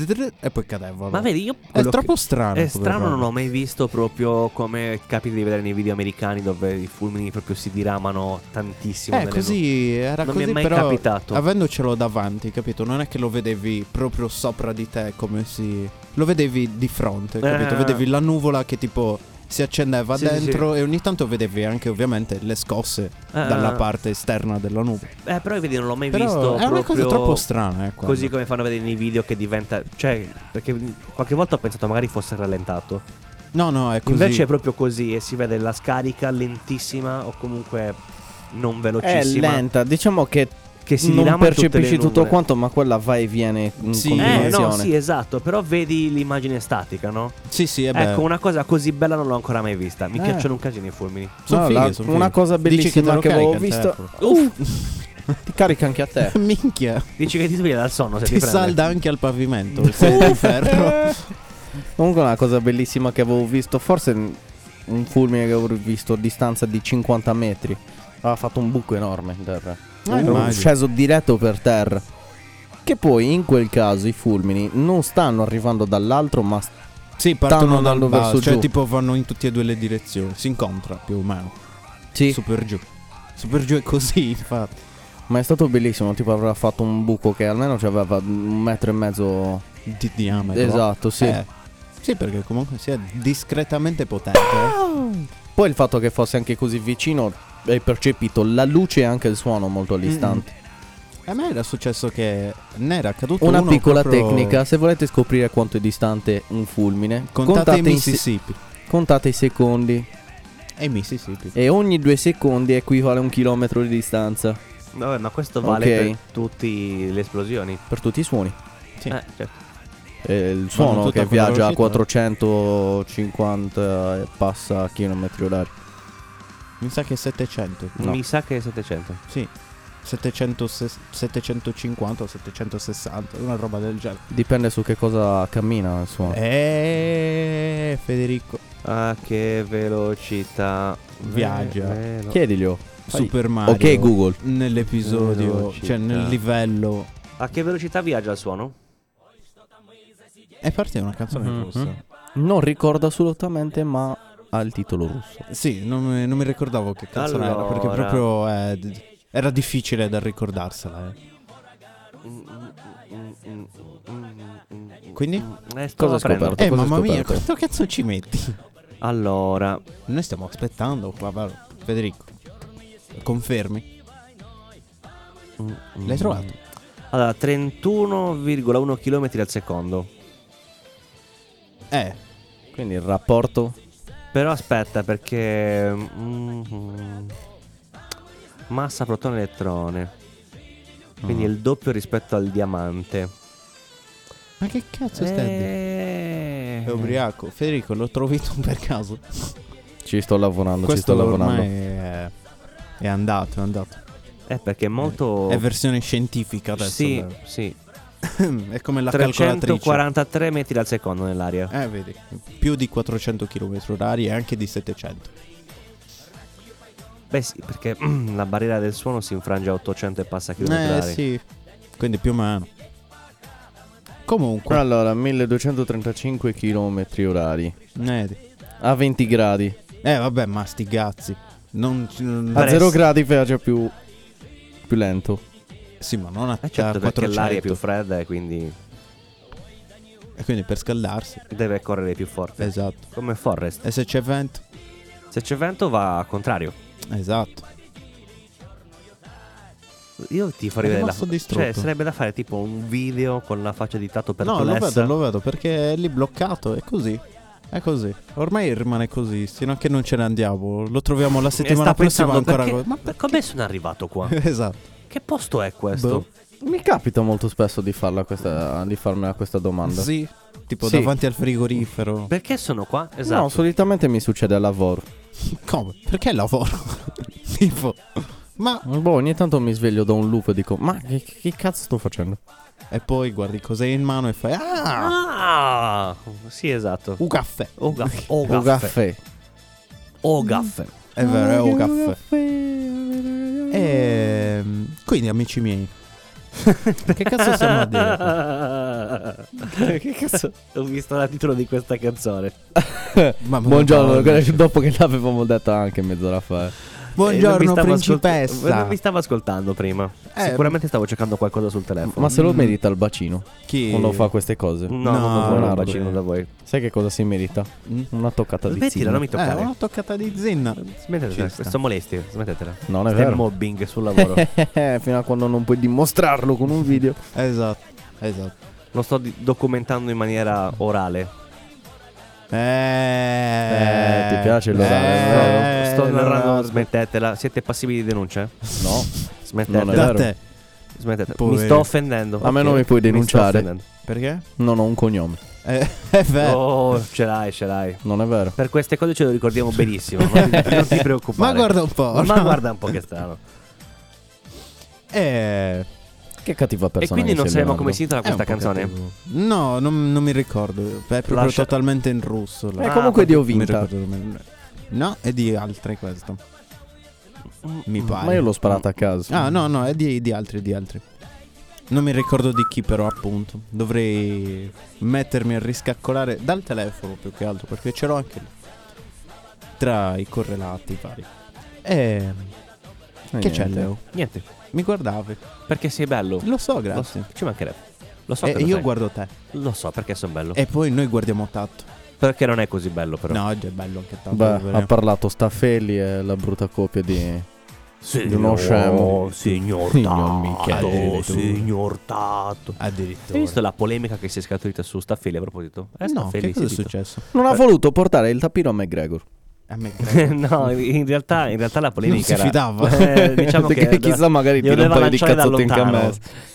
e poi cadeva. Ma vedi, io È quello troppo che- strano. È come strano, roba. non ho mai visto proprio come capita di vedere nei video americani dove i fulmini proprio si diramano tantissimo. Eh, nelle così era Non mi così, è mai però capitato. avendocelo davanti, capito? Non è che lo vedevi proprio sopra di te come si lo vedevi di fronte, capito? Eh. Vedevi la nuvola che tipo si accendeva Sì, sì, dentro e ogni tanto vedevi anche ovviamente le scosse Eh. dalla parte esterna della nuvola. Eh, però vedi, non l'ho mai Però visto. è una cosa proprio troppo strana, eh, quando- Così come fanno vedere nei video che diventa. Cioè, perché qualche volta ho pensato magari fosse rallentato. No, no, è così. Invece è proprio così e si vede la scarica lentissima o comunque non È velocissima. lenta, diciamo che Che si non dirama tutte le percepisci tutto nuvole. quanto, ma quella va e viene in Sì. Eh, continuazione. no, sì, esatto. Però vedi l'immagine statica, no? Sì, sì, è bello. Ecco, una cosa così bella non l'ho ancora mai vista. Mi Eh. piacciono un casino i fulmini. Sono No, fighe, la- son una fighe. cosa Dici bellissima te lo che avevo carica il visto. telefono. Uff, ti carica anche a te. Minchia. Dici che ti sveglia dal sonno se ti, Ti prende. salda anche al pavimento il sedere di ferro. Comunque una cosa bellissima che avevo visto, forse un fulmine che avevo visto a distanza di cinquanta metri. Aveva fatto un buco enorme in terra. Ah, Ero immagino. sceso diretto per terra. Che poi in quel caso i fulmini non stanno arrivando dall'altro, ma st- Sì, partono Stanno dal andando basso, verso cioè giù. tipo vanno in tutte e due le direzioni. Si incontra più o meno. sì, Su per giù. Su per giù è così, infatti. ma è stato bellissimo. Tipo aveva fatto un buco che almeno aveva un metro e mezzo. Di diametro. Esatto, sì. Eh, sì, perché comunque sia discretamente potente. eh. Poi il fatto che fosse anche così vicino, hai percepito la luce e anche il suono molto all'istante. A me era successo che ne era caduto Una uno piccola proprio- tecnica, se volete scoprire quanto è distante un fulmine, Contate i i se- Mississippi. contate i secondi E i Mississippi. e ogni due secondi equivale a un chilometro di distanza Vabbè, ma questo vale Ok. per tutte le esplosioni. per tutti i suoni. Sì. Eh, certo. E il suono tutti che a quella viaggia a velocità. quattrocentocinquanta e passa chilometri orari. Mi sa che settecento. No. Mi sa che è settecento. Sì. settecento, settecentocinquanta o settecentosessanta, una roba del genere. Dipende su che cosa cammina il suono. Eh, Federico. A che velocità Viaggia. Ve- velo- Chiediglielo. Fai- Super Mario. Ok Google. Nell'episodio, Velocità. cioè nel livello. A che velocità viaggia il suono? È parte una canzone Mhm. russa. Non ricordo assolutamente, ma ha il titolo russo. Sì, non mi, non mi ricordavo che canzone era, perché Allora. proprio eh, d- era difficile da ricordarsela. eh. Quindi? Eh, sto Cosa hai aprendo. scoperto? Eh, cosa hai mamma mia, scoperto? quanto cazzo ci metti? Allora, Noi stiamo aspettando qua, vero? Federico. Confermi? L'hai trovato? allora trentuno virgola uno km al secondo. Eh, Quindi il rapporto. Però aspetta, perché mm, massa protone elettrone. Quindi Mm. è il doppio rispetto al diamante. ma che cazzo stai a dire? Eh... È ubriaco. Federico, l'ho trovato per caso. Ci sto lavorando, Questo ci sto lavorando. ormai è, è andato, è andato. Eh, perché è molto... È versione scientifica adesso. Sì, vero? sì. È come la calcolatrice. trecentoquarantatré metri al secondo nell'aria. Eh, vedi, più di quattrocento chilometri orari e anche di settecento. Beh sì, perché mm, la barriera del suono si infrange a ottocento e passa chilometri Eh, orari. sì. Quindi più o meno. Comunque, Allora, milleduecentotrentacinque chilometri orari vedi. a venti gradi. Eh, vabbè, ma sti cazzi. Non, non A Beh, zero sì. gradi viaggia più più lento. Sì, ma non a, Eh, certo, a perché quattrocento. l'aria è più fredda e quindi E quindi per scaldarsi. deve correre più forte. Esatto. Come Forrest. E se c'è vento? Se c'è vento va al contrario. Esatto. Io ti farei È vedere la rimasto distrutto. Cioè sarebbe da fare tipo un video con la faccia di Tato per No, lo vedo, lo vedo perché è lì bloccato. È così. È così. Ormai rimane così. Sino a che non ce ne andiamo. Lo troviamo la settimana prossima ancora. perché, co- Ma per, come sono arrivato qua? Esatto. Che posto è questo? Boh. Mi capita molto spesso di farla questa di farmela questa domanda. Sì. Tipo Sì. davanti al frigorifero. Perché sono qua? Esatto. No, solitamente mi succede al lavoro. Come? Perché lavoro? Tipo. Ma Boh, ogni tanto mi sveglio da un loop e dico, ma che, che cazzo sto facendo? e poi guardi cos'hai in mano e fai ah, Ah, sì, esatto. un caffè. O gaff- o Un gaffè. caffè. O gaffè. È vero, è un caffè. E quindi amici miei, che cazzo stiamo a dire? Che cazzo? Ho visto il titolo di questa canzone. Ma- Buongiorno, ma- dopo che l'avevamo detto anche mezz'ora fa. Buongiorno Eh, non mi stavo principessa. ascolt- non mi stavo ascoltando prima. Eh, Sicuramente stavo cercando qualcosa sul telefono. Ma se lo merita il bacino Chi? quando fa queste cose? No, No, non vuole un Leonardo. bacino da voi. Sai che cosa si merita? Mm? Una toccata di Smettila, zinno. non mi Eh, toccare. una toccata di zinna. Smettetela, Ci sta. sono molesti, smettetela. Non è Stai vero. mobbing sul lavoro. Fino a quando non puoi dimostrarlo con un video. Esatto, esatto. Lo sto di- documentando in maniera orale. Eh, Eh, ti piace l'orale, eh, vero? Sto narrando, Leonardo. smettetela. Siete passivi di denunce? No. Smettetela. Non è Da vero. te. Smettetela. Poveri. Mi sto offendendo. A me ok? non mi puoi sto denunciare. offendendo. Perché? Non ho un cognome. Eh, è vero. Oh, ce l'hai, ce l'hai. Non è vero. Per queste cose ce lo ricordiamo benissimo. Non ti, non ti preoccupare. Ma guarda un po'. Ma no? guarda un po' che strano. Eh, Che cattiva persona. E quindi che non sei, sappiamo come Leonardo. si intitola è un questa po' canzone? cattivo. No, non, non mi ricordo. È proprio Lascia- totalmente in russo. È Ah, comunque di Non mi Ovinta. ricordo come- No, è di altri questo. Mi pare. Ma io l'ho sparato a caso. Ah, no, no, è di, di altri, di altri. Non mi ricordo di chi, però, appunto. Dovrei mettermi a riscaccolare dal telefono più che altro, perché ce l'ho anche lì. Tra i correlati vari. E. Eh, Che c'è, niente. Leo? Niente. Mi guardavi? Perché sei bello. Lo so, Lo grazie. so, ci mancherebbe. Lo so E che lo io sai. guardo te. Lo so perché sono bello. E poi noi guardiamo Tatto. Perché non è così bello però. No, oggi è bello anche Tatto. Beh, vero? ha parlato Staffelli e la brutta copia di... Signor, di uno scemo. Signor Signor Tato, Michele, tu. signor Tato. Addirittura. Hai visto la polemica che si è scaturita su Staffelli a proposito? Eh, No, Staffelli, che cosa è sentito. successo? Non ha voluto portare il tapiro a McGregor. A me No, in realtà, in realtà la polemica Non si era- fidava. Eh, diciamo che Perché chissà magari glielo tira un doveva paio di lanciare da cazzotti anche a lontano. me.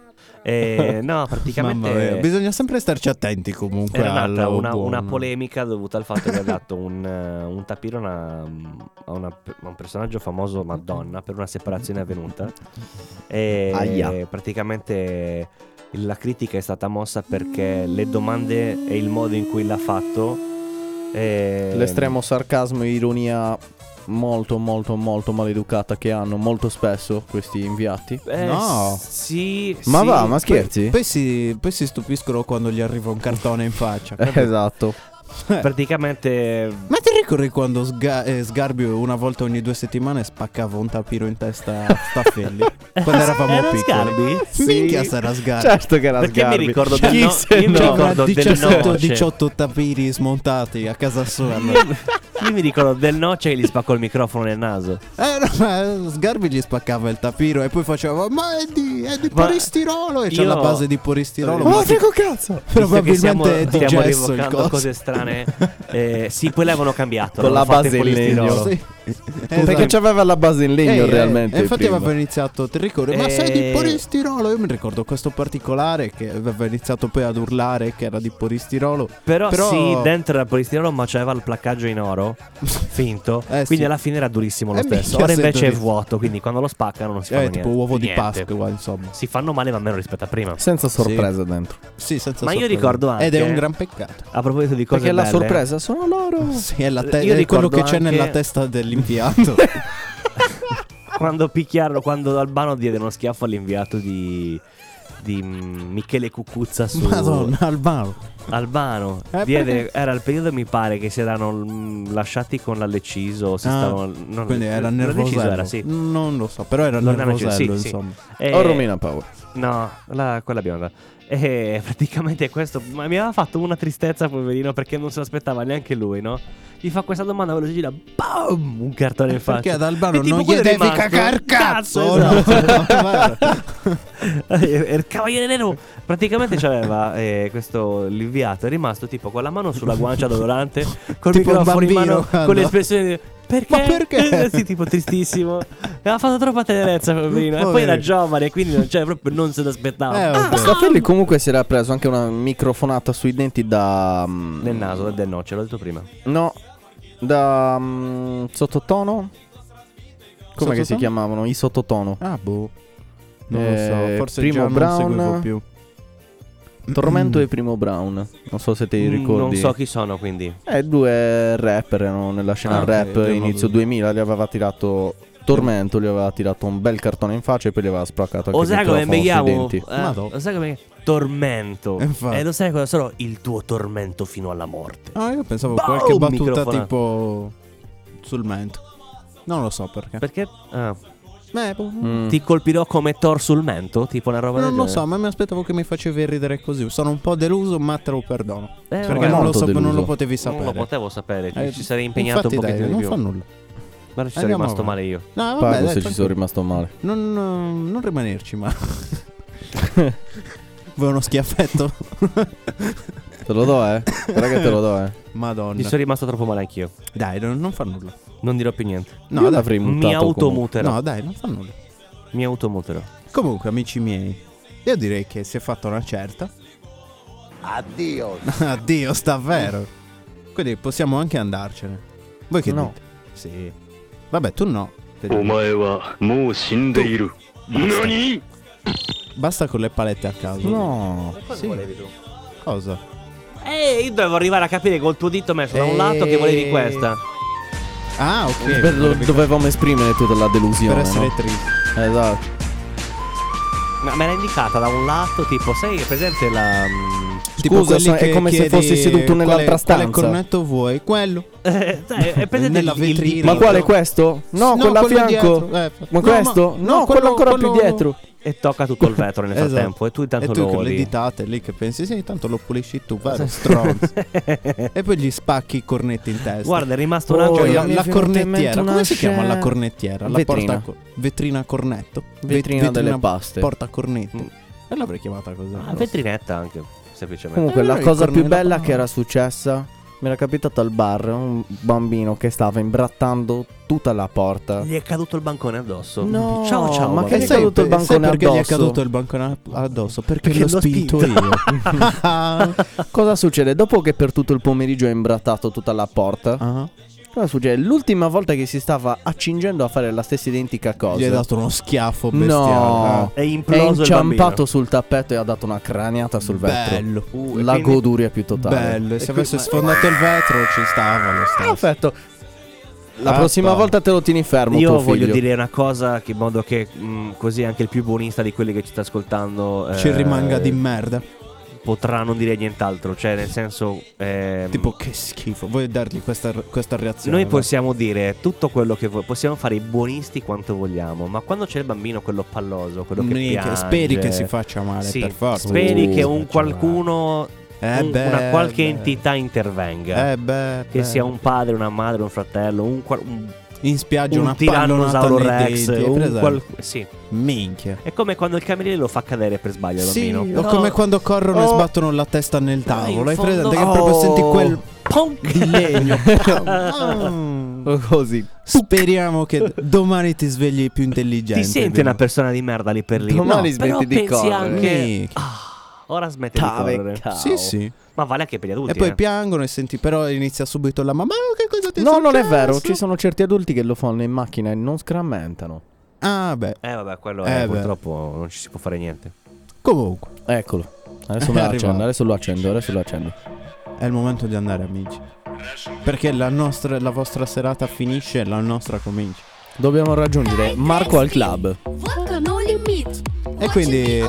Eh, no, Mamma praticamente mia, bisogna sempre starci attenti comunque era al nata una, buono. una polemica dovuta al fatto che aveva dato un, eh, un tapiro a, una- a una- a un personaggio famoso, Madonna, per una separazione avvenuta. E Aia. praticamente la critica è stata mossa perché le domande e il modo in cui l'ha fatto. eh, L'estremo sarcasmo e ironia molto molto molto maleducata che hanno molto spesso questi inviati. eh, No. Sì, Ma sì. va, ma scherzi? Poi si, poi si stupiscono quando gli arriva un cartone in faccia. capito? Esatto. Praticamente Ma ti ricordi quando Sga- eh, Sgarbio una volta ogni due settimane spaccava un tapiro in testa a Staffelli? Quando eravamo Era piccoli. Sgarbi? Minchia sarà Sgarbi. Certo che era Perché mi Sgarbi. ricordo Chi del no- se io mi no? ricordo C'avrà del diciotto, noce. diciotto tapiri smontati a casa sua. no? Io mi ricordo del noce che gli spaccò il microfono nel naso. Eh, no, ma Sgarbi gli spaccava il tapiro e poi faceva ma è di, è di Ma polistirolo e c'è io- la base di polistirolo. Oh, ma figo cazzo! probabilmente stiamo, è di stiamo gesso il rievocando coso. cose strane. Eh, sì, poi l'avevano cambiato. Con la l'hanno fatto base in polistirolo. legno. Sì. Perché Esatto. c'aveva la base in legno Eh, eh, realmente. e infatti prima. aveva iniziato, ti ricordi? Ma sei di Eh. polistirolo? Io mi ricordo questo particolare che aveva iniziato poi ad urlare che era di polistirolo. Però, Però- sì, dentro era polistirolo, ma c'aveva il placcaggio in oro finto. Eh, quindi sì. alla fine era durissimo lo Eh, stesso. minchia, Ora invece è sento di- vuoto. Quindi quando lo spaccano non si fa È niente. tipo uovo di Niente. Pasqua, insomma. Si fanno male, ma meno rispetto a prima. Senza sorpresa dentro. Sì, senza Ma io sorpresa. ricordo anche- Ed è un gran peccato. A proposito di cose Perché la belle, sorpresa sono loro. Sì, è, la te- Io è quello ricordo che c'è anche- nella testa dell'inviato. quando picchiarono, quando Albano diede uno schiaffo all'inviato di di mm, Michele Cucuzza su Madonna, Albano. Albano Eh, diede, era il periodo mi pare che si erano mm, lasciati con l'alleciso, si Ah, stavano non- Quindi era l'alleciso nervosello. era, sì. Non lo so, però era Non era nervosello, nervosello, sì, sì. insomma. E- O Romina Power. No, la, quella bionda. E praticamente questo ma mi aveva fatto una tristezza, poverino, perché non se l'aspettava neanche lui, no? Gli fa questa domanda, quello si gira, BAM! Un cartone in faccia. Perché ad Albano E tipo non gli quello è devi rimasto- cagar cazzo. esatto. No, Il cavaliere nero praticamente c'aveva eh, questo l'inviato è rimasto tipo con la mano sulla guancia dolorante col Tipo un microfono in bambino mano quando- con l'espressione di perché? Ma perché? Sì, tipo tristissimo. Aveva fatto troppa tenerezza, poverino. E poi Povero. era giovane, quindi non, cioè, proprio non se l'aspettava. Eh, vabbè. Staffelli comunque si era preso anche una microfonata sui denti da... mm, Nel naso, del no, ce l'ho detto prima. No, da mm, sottotono. Come che si Sottotono? chiamavano? I sottotono. Ah, boh. Non Eh, lo so, forse Primo già non Brown. seguivo più. Tormento e Primo Brown. Non so se ti Mm, ricordi. Non so chi sono, quindi. Eh, due rapper erano nella scena Ah, ok, rap abbiamo inizio avuto. duemila. Gli aveva tirato Tormento, gli aveva tirato un bel cartone in faccia e poi gli aveva spaccato anche O il sai come mi microfono sui chiamo? denti. Eh, Madò. lo sai come Tormento. Eh, infatti. E lo sai cosa sono? Il tuo tormento fino alla morte. Ah, io pensavo Boom! qualche battuta Microfonato. tipo sul mento. Non lo so perché. Perché? Ah, Beh, boh, Mm. ti colpirò come Thor sul mento? Tipo una roba non del lo genere? so, ma mi aspettavo che mi facevi ridere così. Sono un po' deluso, ma te lo perdono. Eh, perché vabbè, non lo, molto so, non deluso. lo potevi Non sapere. lo potevo sapere, ci- Eh, ci sarei impegnato infatti, un pochettino dai, di non più. fa nulla. Ma ci sono Andiamo rimasto avanti. male io. No, vabbè, Pago dai, se ci tranquillo. sono rimasto male. Non, non rimanerci, ma. Vuoi uno schiaffetto? Te lo do, eh. Guarda che te lo do, eh. Madonna. Ci sono rimasto troppo male anch'io. Dai, non, non fa nulla. Non dirò più niente. No, Io dai. l'avrei mutato Mi comunque. automuterò. No, dai, non fa nulla. Mi automuterò. Comunque, amici miei, io direi che si è fatta una certa. Addio. Addio, sta vero. Quindi possiamo anche andarcene. Voi che No. dite? Sì. Vabbè, tu no. Per- お前はもう死んでいる。何？ Basta con le palette a caso. No. Sì. Cosa? Eh, io dovevo arrivare a capire col tuo dito messo da un Eh. lato che volevi questa. Ah, ok. Per- Volevi- dovevamo esprimere tutta la delusione. per essere no? triste. Esatto. Ma me l'ha indicata da un lato, tipo, sei presente la. mm, Tipo Scusa, quelli so- è che come se chiedi fossi seduto nell'altra quale, stanza. Quale cornetto vuoi? Quello. eh, sai, è presente Nella il- il vetrina. dipinto? Ma quale questo? No, quello a quello fianco. dietro. Eh, Ma no, questo? ma- No, quello ancora più dietro. E tocca tutto il vetro nel Esatto. frattempo. E tu intanto e tu lo con le oli. ditate lì che pensi, sì, tanto lo pulisci tu, vero? Stronzo. E poi gli spacchi i cornetti in testa. Guarda, è rimasto un Oh, angelo. Cioè, la, mi è la venuta in mente cornettiera, una come si chiama la scena- cornettiera? La Vetrina. porta co- vetrina cornetto? Ve- Vetrina delle paste. Porta cornetto. Mm. E l'avrei chiamata così. Ah, non lo so. vetrinetta anche, semplicemente. Comunque, Eh, la il cosa più cornello- bella che era successa. Mi era capitato al bar un bambino che stava imbrattando tutta la porta. Gli è caduto il bancone addosso. No, ciao ciao. ma va che E bene. gli è sai, caduto il per- sai bancone perché gli è addosso? caduto il bancone addosso? Perché, Perché l'ho l'ho spinto spinto. io. Cosa succede? Dopo che per tutto il pomeriggio ha imbrattato tutta la porta, Ah. cosa succede? L'ultima volta che si stava accingendo a fare la stessa identica cosa, Gli hai dato uno schiaffo bestiale. no, È è imploso il inciampato bambino. sul tappeto e ha dato una craniata sul vetro. Bello. Uh, e La quindi- goduria più totale. Bello. E se E qui- avesse ma- sfondato il vetro ci stava lo stesso. Perfetto. La Ah, prossima pa. volta te lo tieni fermo. Io tuo voglio figlio. dire una cosa che in modo che mh, così anche il più buonista di quelli che ci sta ascoltando Ci eh, rimanga di merda. potrà non dire nient'altro. Cioè, nel senso, ehm, Tipo che schifo. Vuoi dargli questa, questa reazione? noi va? possiamo dire tutto quello che vuoi, possiamo fare i buonisti quanto vogliamo, ma quando c'è il bambino, quello palloso, quello che Minchia, piange, speri che si faccia male, sì, per forza. speri Uh, che si un faccia qualcuno, Eh un- beh, una qualche beh. entità intervenga. Eh beh, Che beh. sia un padre, una madre, un fratello, un, qual- un, in spiaggia un una pallonata tirannosauro nei rex, denti, hai un presente? qual- sì. Minchia. È come quando il cameriere lo fa cadere per sbaglio il Sì, bambino. o Però- come quando corrono e Oh. sbattono la testa nel tavolo. Hai in fondo- presente che proprio Oh. senti quel Ponk! di legno. Mm. O così. Speriamo che domani ti svegli più intelligente. Ti senti una persona di merda lì per lì? Domani No, smetti però di pensi correre. anche Minchia. "Ah, ora smette di Cave, correre". cavolo. Sì, sì. Ma vale anche per gli adulti. E poi eh. piangono e senti, però inizia subito la mamma. "Ma che cosa ti è No, non è successo?" vero. Ci sono certi adulti che lo fanno in macchina e non scrammentano. Ah, beh. Eh vabbè, quello Eh, è, beh. purtroppo non ci si può fare niente. Comunque, Eccolo. Adesso È me lo arrivato. accendo. Adesso lo accendo. Adesso lo accendo. è il momento di andare, amici. Perché la nostra, la vostra serata finisce e la nostra comincia. Dobbiamo raggiungere Marco al club. E quindi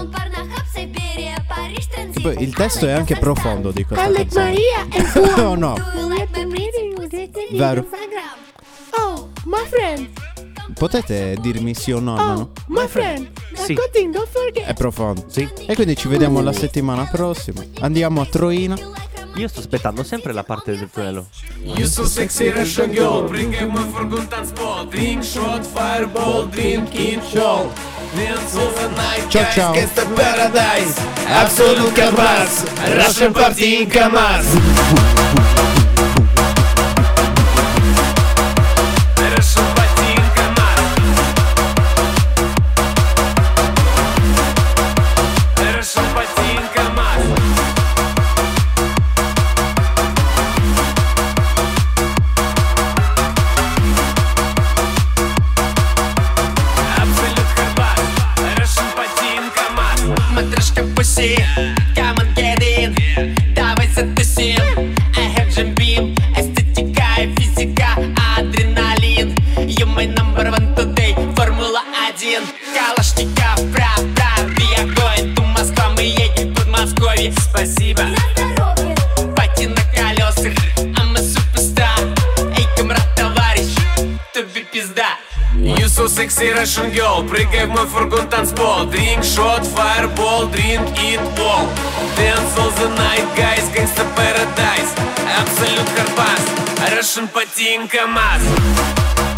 e poi il testo è anche profondo di questa canzone. No, no. Vero. Oh, my friend. Potete dirmi sì o no? Oh, no? my friend. Sì. Good thing, don't forget. È profondo. Sì. E quindi ci vediamo la settimana prossima. Andiamo a Troina. Io sto aspettando sempre la parte del tunnel. You so sexy Russian girl, bring him up for good dance spot. Drink shot, fireball, drink it all. Dance all the night, Ciao, guys, ciao. get the paradise. Absolute Kabaz, Russian party in Kamaz. Come on, get in, давай затусим. I have Jim Beam, эстетика и физика, адреналин. You my number one today, Формула один. Калашников, прав, прав, we are going to Москва. Мы едем в Подмосковье, спасибо. Пати на колесах, а мы суперстар. Эй, камрад, товарищ, тебе пизда. You so sexy Russian girl, прыгай в мой фургон танцпол. Drink shot, fireball, drink it all. Dance all the night, guys, gangsta paradise. Absolute hard pass, Russian потин КамАЗ.